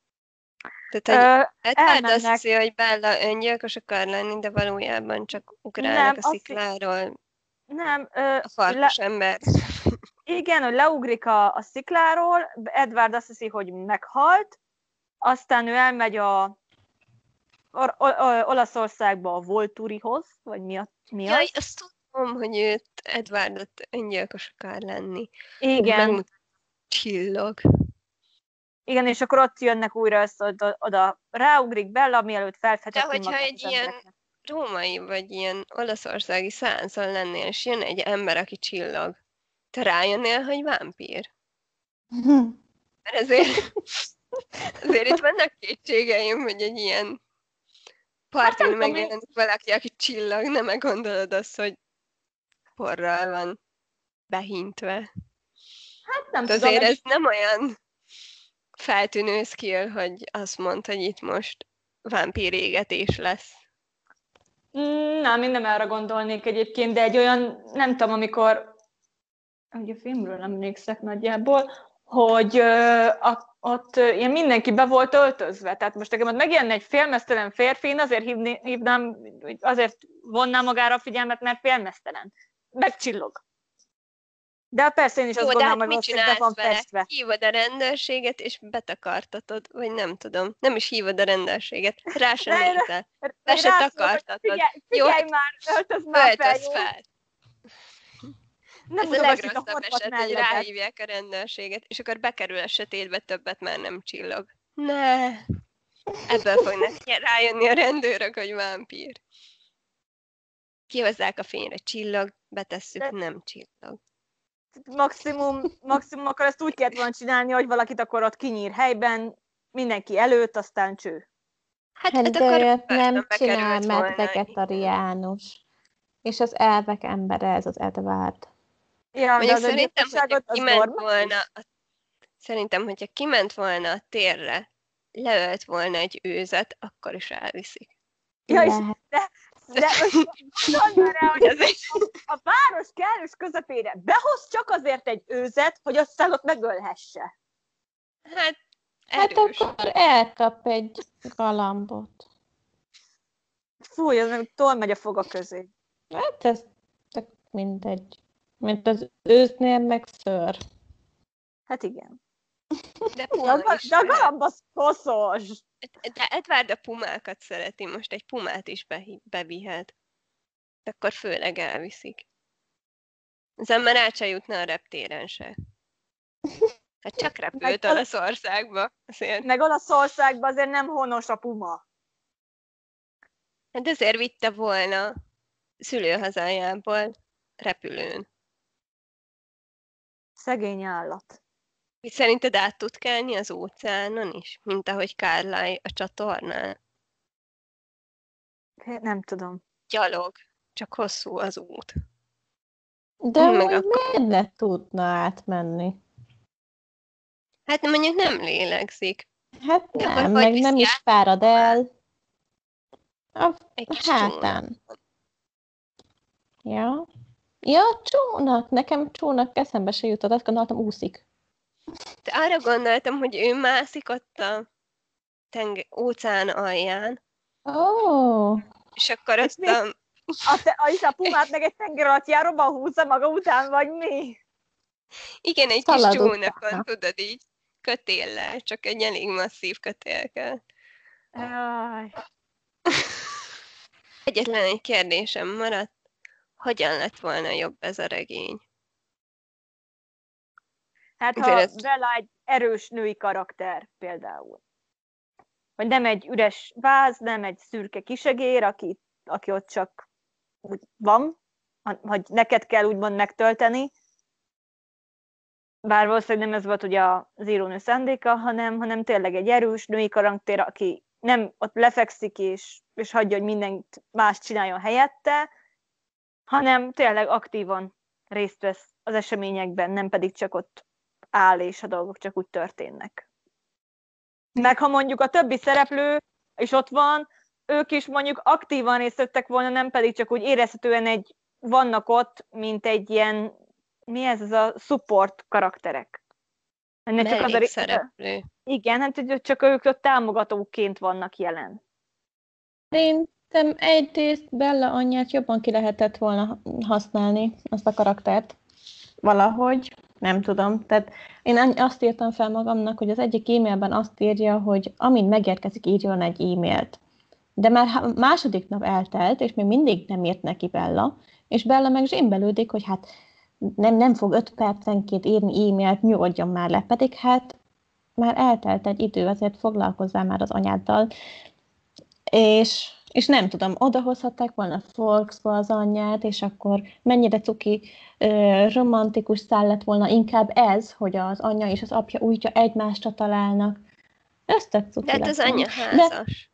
Tehát, hogy Ö, Edward azt elmennek. hiszi, hogy Bella öngyilkos akar lenni, de valójában csak ugrálnak Nem, a azt- szikláról Nem, ö, a farkas ember. igen, hogy leugrik a, a szikláról, Edward azt hiszi, hogy meghalt, aztán ő elmegy a or, o, o, Olaszországba a Volturihoz, vagy mi, a, mi Jaj, az? azt tudom, hogy őt Edwardot öngyilkos akar lenni. Igen, Megmutat csillog. igen, és akkor ott jönnek újra össze oda, oda ráugrik Bella, mielőtt De felfedheti hogyha magát egy az ilyen embereknek. római vagy ilyen olaszországi szánszon lennél, és jön egy ember, aki csillog, te rájönnél, hogy vámpír? Mert ezért, ezért itt vannak kétségeim, hogy egy ilyen partin nem tudom, megjelenik valaki, aki csillag, nem meggondolod azt, hogy porral van behintve. Hát nem De tudom, azért egy- ez nem olyan feltűnő skill, hogy azt mondd, hogy itt most vámpír égetés lesz. Mm, nem, én nem arra gondolnék egyébként, de egy olyan, nem tudom, amikor, ugye a filmről nem emlékszek nagyjából, hogy ö, a, ott ö, ilyen mindenki be volt öltözve. Tehát most nekem ott megjelenne egy félmeztelen férfi, én azért hívni, hívnám, hogy azért vonnám magára a figyelmet, mert félmeztelen. Megcsillog. De persze én is Jó, azt de hát gondolom, hogy mit valószínűleg be csinálsz van vele? festve. Hívod a rendőrséget, és betakartatod, vagy nem tudom. Nem is hívod a rendőrséget, rá se De én- nézel. Be Be se takartatod. Figyelj, Jó, figyelj hát már, öltöz már fel, Öltöz jó? fel! Nem Ez a mutogass itt a legrosszabb horpat eset, hogy melledet. ráhívják a rendőrséget, és akkor bekerül a sötétbe, többet már nem csillog. Ne! Ebből fognak rájönni a rendőrök, hogy vámpír. Kihozzák a fényre, csillog, betesszük, De- nem csillog. Maximum, maximum akkor ezt úgy kellett volna csinálni, hogy valakit akkor ott kinyír helyben, mindenki előtt, aztán cső. Hát, Hát hát de akkor olyat nem börtönbe csinál, került mert volna. vegetariánus. És az elvek embere, ez az Edward. Ja, de Mondjuk az szerintem, hogyha öngyilkosságot, az kiment normális. volna, a, szerintem, hogyha kiment volna a térre, leölt volna egy őzet, akkor is elviszik. Ja, és Lehet. de, de most gondolj már rá, hogy Ezért, a város kellős közepére behoz csak azért egy őzet, hogy aztán ott megölhesse. hát, Hát erős. akkor elkap egy galambot. Fúj, az meg tol megy a foga közé. Hát ez tök mindegy. Mint az őznél meg szőr. Hát igen. De De puma a, is. de a galamb az koszos. De Edward a pumákat szereti, most egy pumát is behi- bevihet. de akkor főleg elviszik. Az ember át se jutna a reptéren se. Hát csak repült Meg- Olaszországba. Azért. Meg Olaszországban azért nem honos a puma. Hát ezért vitte volna szülőhazájából repülőn. Szegény állat. És szerinted át tud kelni az óceánon is, mint ahogy Carlyle a csatornán? Nem tudom. Gyalog, csak hosszú az út. De Meg hogy akkor- miért ne tudna átmenni? Hát mondjuk nem lélegzik. Hát De akkor nem, hogy meg viszi nem is át? fárad el. A Egy kis hátán. Ja. Ja, csónak. Nekem csónak eszembe se jutott, azt gondoltam úszik. De arra gondoltam, hogy ő mászik ott a tenge- óceán alján, Ó, oh, és akkor És azt még- a... A, te, a, a pumát meg egy tenger alatt járóban húzza maga után, vagy mi? Igen, egy kis Szalad csónakon, utána. tudod így, kötéllel, csak egy elég masszív kötél kell. Jaj. Egyetlen egy kérdésem maradt, hogyan lett volna jobb ez a regény? Hát Azért ha ez- Bella egy erős női karakter például. Vagy nem egy üres váz, nem egy szürke kisegér, aki, aki ott csak úgy van, hogy neked kell úgymond megtölteni. Bár valószínűleg nem ez volt ugye az írónő szándéka, hanem, hanem tényleg egy erős női karakter, aki nem ott lefekszik és, és hagyja, hogy mindent más csináljon helyette, hanem tényleg aktívan részt vesz az eseményekben, nem pedig csak ott áll, és a dolgok csak úgy történnek. Meg ha mondjuk a többi szereplő is ott van, ők is mondjuk aktívan részt vettek volna, nem pedig csak úgy érezhetően egy, vannak ott, mint egy ilyen, mi ez, ez a support karakterek. Ne csak az a ré- Mellékszereplő. Igen, hát hogy csak ők ott támogatóként vannak jelen. szerintem egyrészt Bella anyját jobban ki lehetett volna használni, azt a karaktert. Valahogy, nem tudom. Tehát én azt írtam fel magamnak, hogy az egyik e-mailben azt írja, hogy amint megérkezik, írjon egy e-mailt. De már há- második nap eltelt, és még mindig nem írt neki Bella, és Bella meg zsémbelődik, hogy hát nem, nem fog öt percenként írni e-mailt, nyugodjon már le, pedig hát már eltelt egy idő, azért foglalkozzál már az anyáddal. És, és nem tudom, odahozhatták volna Forksba az anyját, és akkor mennyire cuki, ö, romantikus szál lett volna inkább ez, hogy az anyja és az apja újra egymásra találnak. Ez tök cuki De hát lett az volna. anyja házas.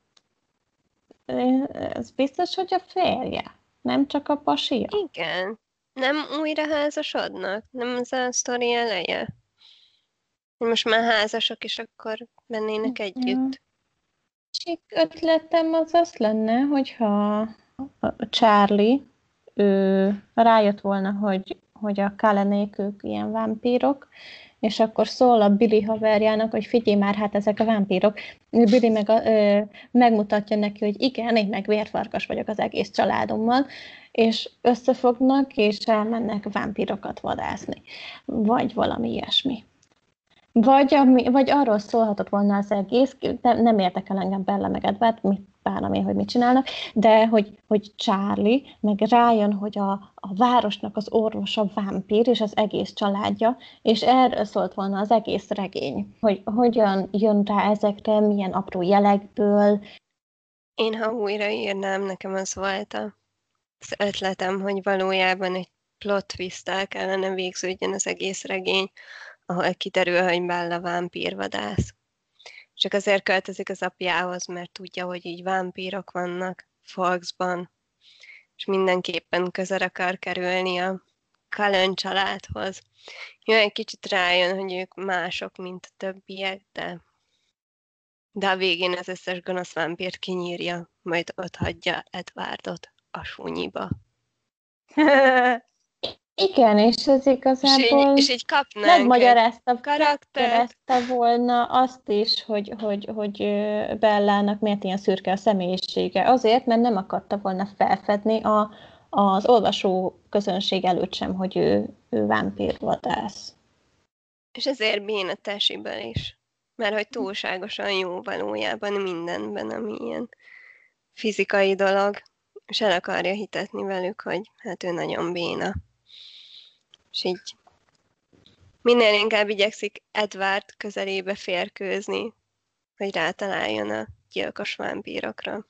De ez biztos, hogy a férje, nem csak a pasia. Igen. Nem újra házasodnak? Nem ez a sztori eleje? Hogy most már házasok, és akkor mennének együtt. Másik ötletem az az lenne, hogyha a Charlie ő rájött volna, hogy, hogy a Kalenék ők ilyen vámpírok, és akkor szól a Billy haverjának, hogy figyelj már, hát ezek a vámpírok. Billy meg a, ö, megmutatja neki, hogy igen, én meg vérfarkas vagyok az egész családommal, és összefognak, és elmennek vámpírokat vadászni. Vagy valami ilyesmi. Vagy, ami, vagy arról szólhatott volna az egész, nem, nem érdekel engem Bella meg Edward, mit bánom én, hogy mit csinálnak, de hogy, hogy Charlie meg rájön, hogy a, a városnak az orvosa vámpír, és az egész családja, és erről szólt volna az egész regény, hogy hogyan jön rá ezekre, milyen apró jelekből. Én, ha újra írnám, nekem az volt a- az ötletem, hogy valójában egy plot twist-tel kellene végződjön az egész regény, ahol kiderül, hogy Bella vámpírvadász. Csak azért költözik az apjához, mert tudja, hogy így vámpírok vannak Forksban, és mindenképpen közel akar kerülni a Cullen családhoz. Jó, egy kicsit rájön, hogy ők mások, mint a többiek, de, de a végén az összes gonosz vámpírt kinyírja, majd ott hagyja Edwardot a súnyiba. Igen, és ez És igazából így, és így kapnánk egy megmagyarázta, karaktert. megmagyarázta volna azt is, hogy, hogy, hogy ö, Bellának miért ilyen szürke a személyisége. Azért, mert nem akarta volna felfedni a, az olvasó közönség előtt sem, hogy ő, ő vámpírvadász. És ezért béna tesiből is. Mert hogy túlságosan jó valójában mindenben, ami ilyen fizikai dolog. és el akarja hitetni velük, hogy hát ő nagyon béna. És így minél inkább igyekszik Edward közelébe férkőzni, hogy rátaláljon a gyilkos vámpírokra.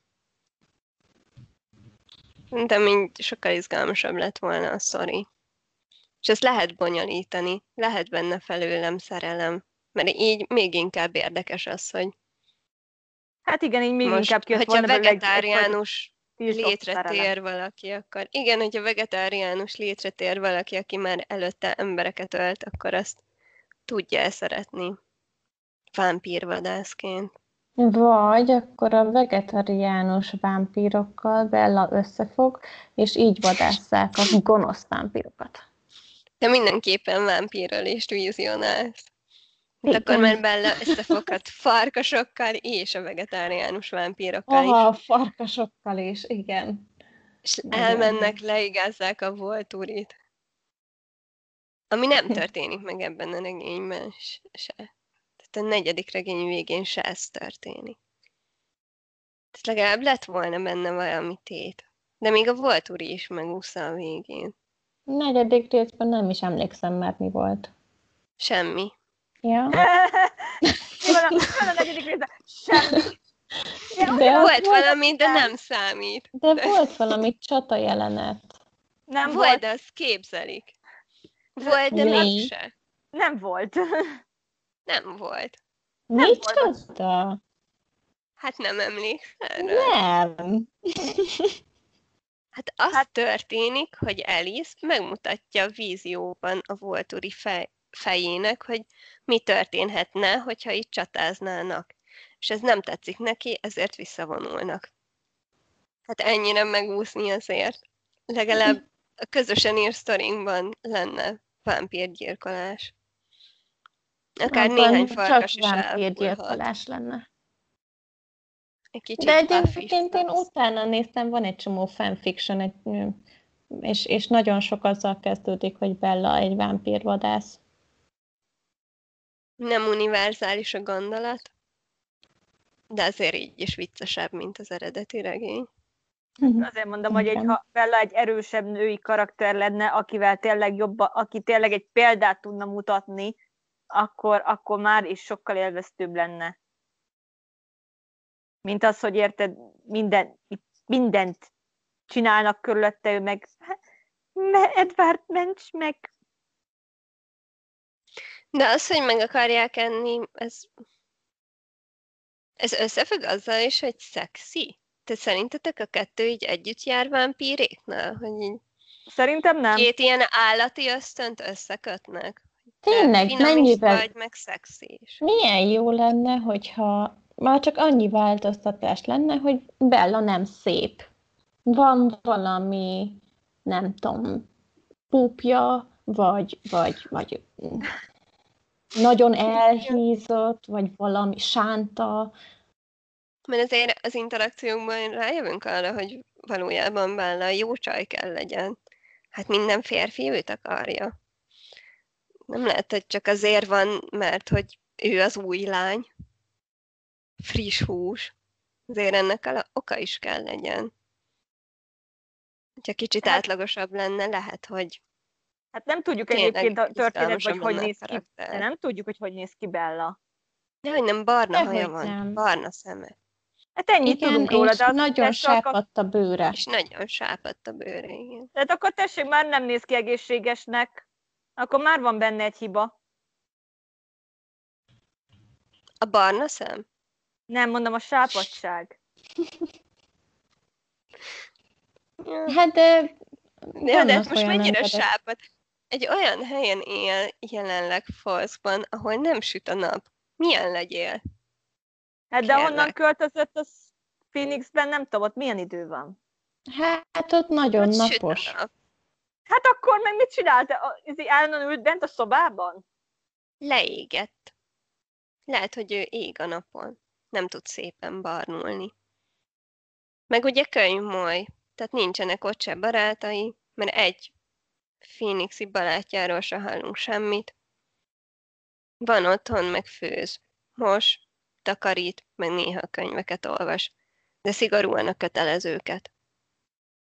De mind sokkal izgalmasabb lett volna a sztori. És ezt lehet bonyolítani, lehet benne felőlem szerelem, mert így még inkább érdekes az, hogy Hát igen, így még most, inkább kijött hogyha volna belőle egy- vegetáriánus tiltott létre szerelem. tér valaki, akkor igen, hogyha vegetáriánus létre tér valaki, aki már előtte embereket ölt, akkor azt tudja szeretni vámpírvadászként. Vagy akkor a vegetariánus vámpírokkal Bella összefog, és így vadásszák a gonosz vámpírokat. De mindenképpen vámpírölést vizionálsz. Hát akkor Igen. már Bella összefoghat farkasokkal és a vegetáriánus vámpírokkal Aha, a is. farkasokkal is, igen. És Nagyon elmennek, jó. leigázzák a Volturit. Ami nem történik meg ebben a regényben se. Tehát a negyedik regény végén se ez történik. Tehát legalább lett volna benne valami tét. De még a Volturi is megúszta a végén. A negyedik részben nem is emlékszem már, mi volt. Semmi. Ja? Mi van a, mi van a negyedik részben? Semmi. Ja, De Volt az valami, de nem számít. De volt valami csata jelenet. nem Volt, volt. de azt képzelik. Volt, de Mi? mégse. Nem volt. Nem volt. Nem Mi volt. csata? Hát nem emlékszel rá. Nem. Hát az Hát- történik, hogy Alice megmutatja a vízióban a Volturi fej, fejének, hogy mi történhetne, hogyha itt csatáznának. És ez nem tetszik neki, ezért visszavonulnak. Hát ennyire megúszni azért. Legalább a közösen írt sztorinkban lenne vámpírgyilkolás. Akár Abban néhány farkas csak is elfújhat. vámpírgyilkolás lenne. Egy kicsit De Buffy egyébként én lesz. utána néztem, van egy csomó fanfiction, egy, és, és nagyon sok azzal kezdődik, hogy Bella egy vámpírvadász. Nem univerzális a gondolat, de azért így is viccesebb, mint az eredeti regény. Azért mondom, hogy egy, Igen. ha Bella egy erősebb női karakter lenne, akivel tényleg jobban, aki tényleg egy példát tudna mutatni, akkor, akkor már is sokkal élveztőbb lenne. Mint az, hogy érted, minden, mindent csinálnak körülötte, ő meg me, Edward, ments meg. De az, hogy meg akarják enni, ez, ez összefügg azzal is, hogy szexi? Te szerintetek a kettő így együtt jár vámpíréknál? Hogy így Szerintem nem. két ilyen állati ösztönt összekötnek? Te Tényleg, finom is mennyivel, vagy, meg szexi is. milyen jó lenne, hogyha már csak annyi változtatás lenne, hogy Bella nem szép. Van valami, nem tudom, púpja, vagy, vagy, vagy nagyon elhízott, vagy valami sánta. Mert azért az interakciókban rájövünk arra, hogy valójában Bella jó csaj kell legyen. Hát minden férfi őt akarja. Nem lehet, hogy csak azért van, mert hogy ő az új lány. Friss hús. Azért ennek a oka is kell legyen. Ha kicsit Hát- átlagosabb lenne, lehet, hogy Hát nem tudjuk tényleg egyébként a történetben, hogy izgalmasabb hogy lenne a néz ki. karakter. De nem tudjuk, hogy hogy néz ki Bella. De hogy nem, barna Dehogy haja van, nem. barna szeme. Hát ennyit Igen, tudunk róla, és de az nagyon de csak a- sápadt a bőre. És nagyon sápadt a bőre, igen. Tehát akkor tessék, már nem néz ki egészségesnek. Akkor már van benne egy hiba. A barna szem? Nem, mondom, a sápadság. Ja. Hát de Ja, de vannak most olyan mennyire emberek. sápad? Egy olyan helyen él jelenleg Falszban, ahol nem süt a nap. Milyen legyél? Hát de Kérlek. honnan költözött az Phoenixben, nem tudom, ott milyen idő van. Hát ott nagyon Ott süt a napos. nap. Hát akkor meg mit csinálta? Ez állandóan ült bent a szobában? Leégett. Lehet, hogy ő ég a napon. Nem tud szépen barnulni. Meg ugye könyvmoly. Tehát nincsenek ott se barátai, mert egy Phoenixi barátjáról se hallunk semmit. Van otthon, meg főz. Mos, takarít, meg néha könyveket olvas. De szigorúan a kötelezőket.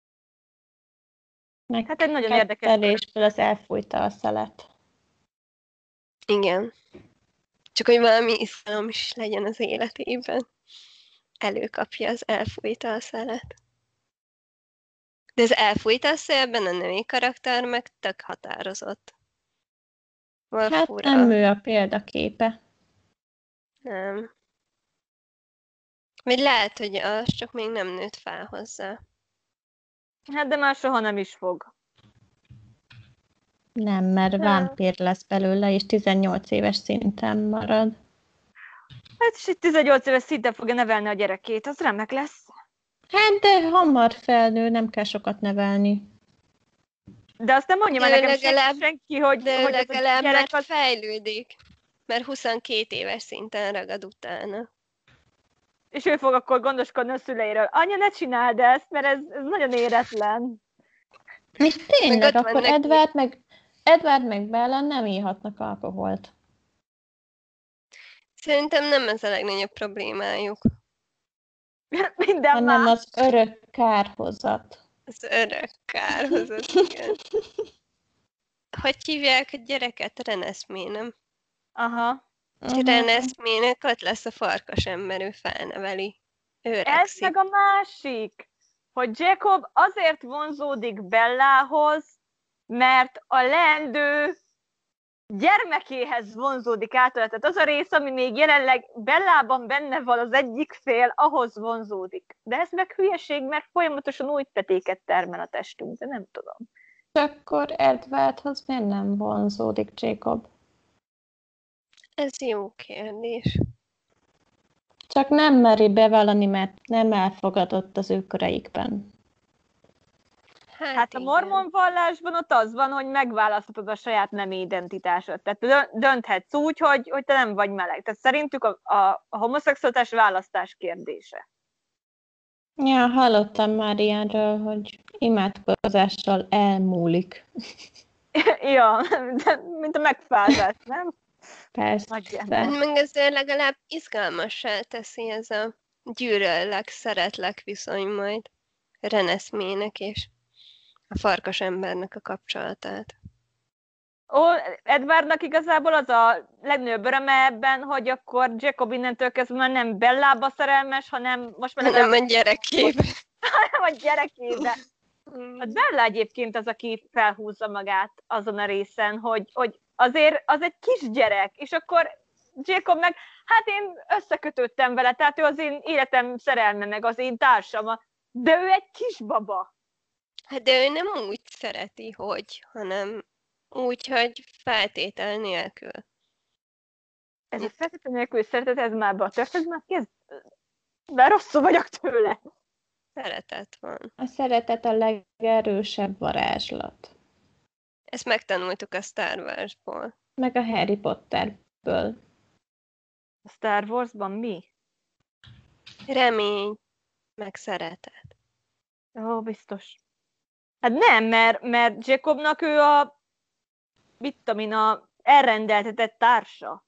Meg Hát egy nagyon érdekes kettelésből az elfújta a szelet. Igen. Csak hogy valami iszalom is legyen az életében. Előkapja az elfújta a szelet. De az elfújta a szélben a női karakter meg tök határozott. Val Hát fura. nem ő a példaképe. Nem. Vagy lehet, hogy az csak még nem nőtt fel hozzá. Hát de már soha nem is fog. Nem, mert Nem. vámpír lesz belőle, és tizennyolc éves szinten marad. Hát és itt tizennyolc éves szinten fogja nevelni a gyerekét, az remek lesz. Hát de hamar felnő, nem kell sokat nevelni. De azt nem mondja De már ő nekem legalább- senki, senki hogy, De ő hogy az a legalább már gyerek az... fejlődik. Mert huszonkét éves szinten ragad utána. És ő fog akkor gondoskodni a szüleiről. Anya, ne csináld ezt, mert ez, ez nagyon éretlen. És tényleg, Meg ott van akkor neki- Edward meg, Edward meg Bella nem íhatnak alkoholt. Szerintem nem ez a legnagyobb problémájuk. Minden hanem más. az örök kárhozat. Az örök kárhozat, igen. Hogy hívják a gyereket? Reneszmé, nem? Aha. Uh-huh. Reneszmének ott lesz a farkas ember, ő felneveli. Ő Ez öregszik. meg a másik, hogy Jacob azért vonzódik Bellához, mert a leendő gyermekéhez vonzódik általa. Tehát az a rész, ami még jelenleg Bellában benne van, az egyik fél, ahhoz vonzódik. De ez meg hülyeség, mert folyamatosan új petéket termel a testünk, de nem tudom. Akkor Edwardhoz miért nem vonzódik Jacob? Ez jó kérdés. Csak nem meri bevallani, mert nem elfogadott az ő köreikben. Hát, Hát a igen. mormon vallásban ott az van, hogy megválaszthatod a saját nemi identitásod. Tehát dönthetsz úgy, hogy, hogy te nem vagy meleg. Tehát szerintük a, a, a homoszexualitás választás kérdése. Ja, hallottam már ilyenről, hogy imádkozással elmúlik. Ja, de, mint a megfázás, nem? Persze. Hát meg ezzel legalább izgalmassá teszi ez a gyűlöllek, szeretlek viszony majd Reneszmének és a farkas embernek a kapcsolatát. Ó, Edwardnak igazából az a legnagyobb öröme ebben, hogy akkor Jacob innentől kezdve már nem Bellába szerelmes, hanem most már Nem a gyerekébe. hanem a gyerekébe. A Bella egyébként az, aki felhúzza magát azon a részen, hogy, hogy azért az egy kisgyerek, és akkor Jacob meg, hát én összekötöttem vele, tehát ő az én életem szerelme, meg az én társam, de ő egy kisbaba. Hát de ő nem úgy szereti, hogy, hanem úgy, hogy feltétel nélkül. Ez a feltétel nélkül szeretet, ez már be a történet, kezd, már rosszul vagyok tőle. Szeretet van. A szeretet a legerősebb varázslat. Ezt megtanultuk a Star Wars-ból. Meg a Harry Potterből. A Star Warsban mi? Remény, meg szeretet. Ó, biztos. Hát nem, mert, mert Jacobnak ő a, mit tudom én, a elrendeltetett társa.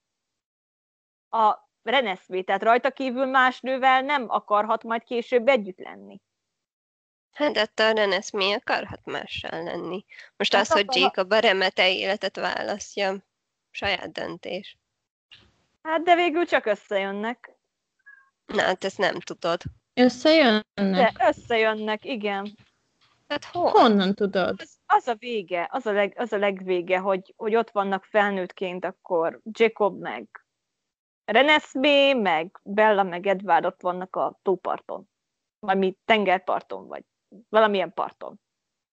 A Reneszmé, tehát rajta kívül más nővel nem akarhat majd később együtt lenni. Hát attól a Reneszmé akarhat mással lenni. Most Hát az, hogy akar- Jacob a remete életet választja, saját döntés. Hát de végül csak összejönnek. Na, hát ezt nem tudod. Összejönnek? De összejönnek, igen. Hát hol? Honnan tudod? Az, az a vége, az a, leg, az a legvége, hogy, hogy ott vannak felnőttként akkor Jacob meg Reneszmé, meg Bella, meg Edward ott vannak a tóparton. Vagy mi tengerparton, vagy valamilyen parton.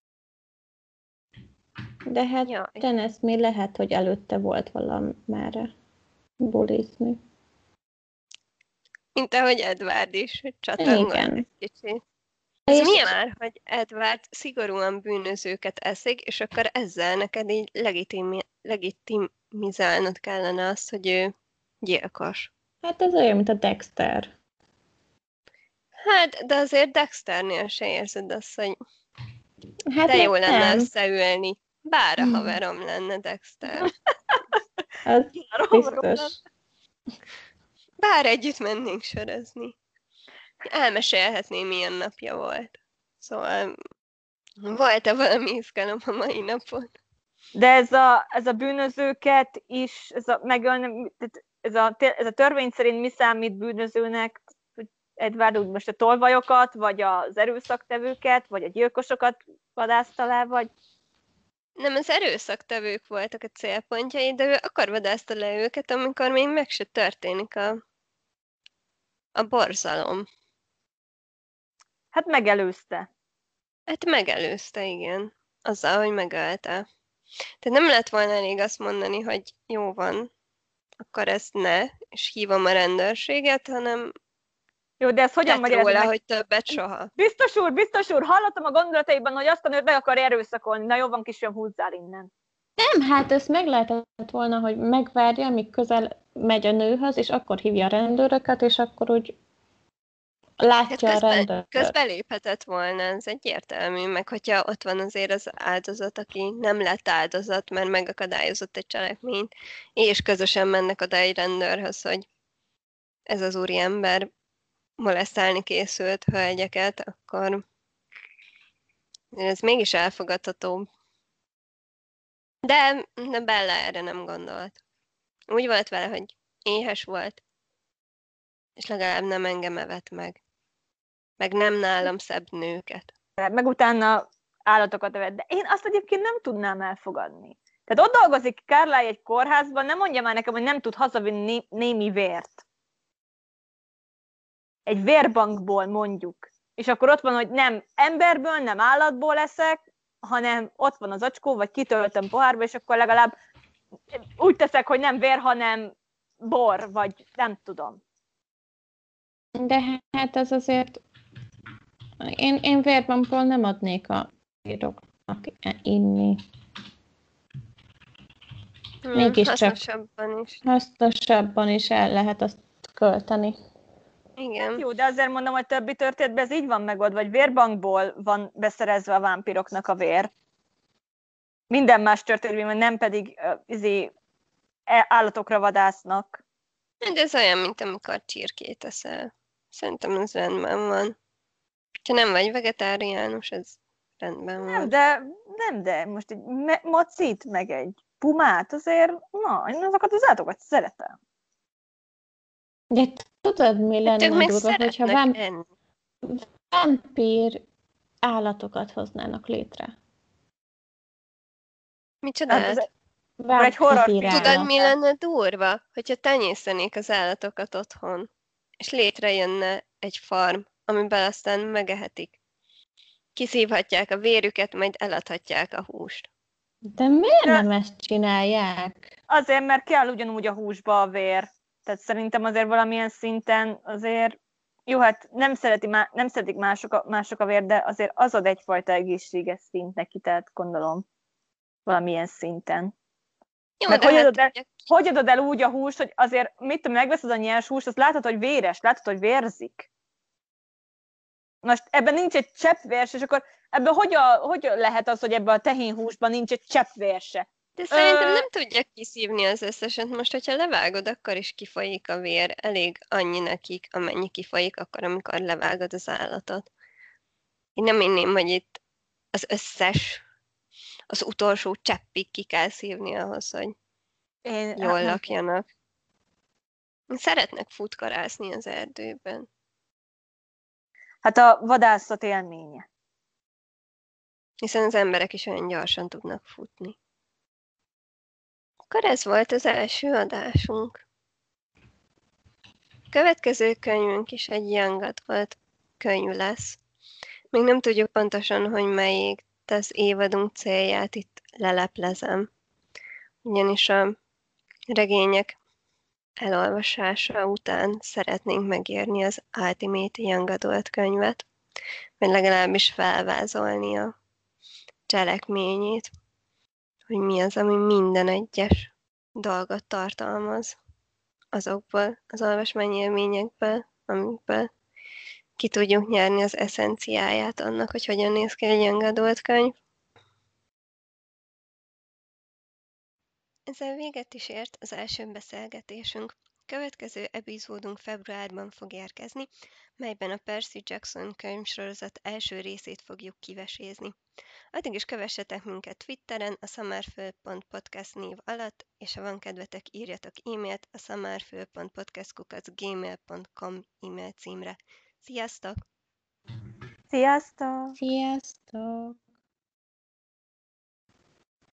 De hát Jaj. Reneszmé lehet, hogy előtte volt valamerre bulizni. Mint ahogy Edward is csatangol Igen. egy kicsit. Ez És- milyen már, hogy Edward szigorúan bűnözőket eszik, és akkor ezzel neked így legitimi, legitimizálnod kellene azt, hogy ő gyilkos. Hát ez olyan, mint a Dexter. Hát, de azért Dexternél se érzed azt, hogy Hát de jó meg lenne nem. összeülni. Bár a Mm. haverom lenne Dexter. Az biztos. Bár együtt mennénk sörözni. Elmesélhetném, milyen napja volt. Szóval Volt-e valami izgalom a mai napon? De ez a, ez a bűnözőket is, ez a, megölni, ez a, ez a törvény szerint mi számít bűnözőnek? Edward, úgy most a tolvajokat, vagy az erőszaktevőket, vagy a gyilkosokat vadászta le, vagy... Nem, az erőszaktevők voltak a célpontjai, de ő akkor vadászta le őket, amikor még meg se történik a, a borzalom. Hát megelőzte. Hát megelőzte, igen. Azzal, hogy megölte. Tehát nem lett volna elég azt mondani, hogy jó van, akkor ezt ne, és hívom a rendőrséget, hanem Jó, de ez hogyan magyarázod róla, meg? hogy többet soha. Biztos úr, biztos úr, hallottam a gondolataiban, hogy azt a nőt meg akar erőszakolni. Na jó van, kisfiam, húzzál innen. Nem, hát ezt meg lehetett volna, hogy megvárja, amíg közel megy a nőhöz, és akkor hívja a rendőröket, és akkor úgy látja Hát a rendőrt. közbeléphetett volna, ez egyértelmű, meg hogyha ott van azért az áldozat, aki nem lett áldozat, mert megakadályozott egy cselekményt, és közösen mennek oda egy rendőrhöz, hogy ez az úriember molesztálni készült hölgyeket, akkor ez mégis elfogadható. De, de Bella erre nem gondolt. Úgy volt vele, hogy éhes volt, és legalább nem engem evett meg. Meg nem nálam szebb nőket. Meg utána állatokat evett. De én azt egyébként nem tudnám elfogadni. Tehát ott dolgozik Carlyle egy kórházban, nem mondja már nekem, hogy nem tud hazavinni némi vért. Egy vérbankból mondjuk. És akkor ott van, hogy nem emberből, nem állatból leszek, hanem ott van az acskó, vagy kitöltöm pohárba, és akkor legalább úgy teszek, hogy nem vér, hanem bor, vagy nem tudom. De hát ez azért... Én, én vérbankból nem adnék a víroknak inni. Hmm, Mégiscsak hasznosabban is. hasznosabban is el lehet azt költeni. Igen. Jó, de azért mondom, hogy többi történetben ez így van megoldva, vagy vérbankból van beszerezve a vámpiroknak a vér. Minden más történetben, nem pedig uh, izé, állatokra vadásznak. De ez olyan, mint amikor csirkét eszel. Szerintem ez rendben van. Ha nem vagy vegetáriánus, ez rendben van. Nem, de, nem, de most egy me- macit, meg egy pumát, azért, na, én azokat az állatokat szeretem. De tudod, mi Hát ők lenne meg durva, hogyha szeretnek vám- enni. vámpír állatokat hoznának létre. Micsodát? Hát ez Vámpír egy horrorfilm. Tudod, állat. mi lenne durva? Hogyha tenyészenék az állatokat otthon, és létrejönne egy farm, amiben aztán megehetik. Kiszívhatják a vérüket, majd eladhatják a húst. De miért De- nem ezt csinálják? Azért, mert kell ugyanúgy a húsba a vér. Tehát szerintem azért valamilyen szinten azért, jó, hát nem, szereti má- nem szeretik mások a, mások a vér, de azért az ad egyfajta egészséges szint neki, tehát gondolom valamilyen szinten. Jó, Meg de hogy hát adod el- ugye, Hogy adod el úgy a húst, hogy azért, mit tudom, megveszed a nyers húst, azt látod, hogy véres, látod, hogy vérzik. Most ebben nincs egy csepp vér se, és akkor ebben hogy, a, hogy lehet az, hogy ebben a tehénhúsban nincs egy csepp vér se? de szerintem Ö, nem tudják kiszívni az összeset. Most, hogyha levágod, akkor is kifolyik a vér. Elég annyi nekik, amennyi kifolyik akkor, amikor levágod az állatot. Én nem inném, hogy itt az összes, az utolsó cseppig ki kell szívni ahhoz, hogy Én, hát jól nem lakjanak. Szeretnek futkarászni az erdőben. Hát a vadászat élménye. Hiszen az emberek is olyan gyorsan tudnak futni. Akkor ez volt az első adásunk. A következő könyvünk is egy young adult könyv lesz. Még nem tudjuk pontosan, hogy melyik, de az évadunk célját itt leleplezem. Ugyanis a regények elolvasása után szeretnénk megírni az Ultimate Young Adult könyvet, vagy legalábbis felvázolni a cselekményét, hogy mi az, ami minden egyes dolgot tartalmaz azokból az olvasmányélményekből, amikből ki tudjuk nyerni az eszenciáját annak, hogy hogyan néz ki egy young adult könyv. Ezzel véget is ért az első beszélgetésünk. Következő epizódunk februárban fog érkezni, melyben a Percy Jackson könyvsorozat első részét fogjuk kivesézni. Addig is kövessetek minket Twitteren, a summerful pont podcast név alatt, és ha van kedvetek, írjatok e-mailt a summerful pont podcast kukac gmail pont com e-mail címre. Sziasztok! Sziasztok! Sziasztok!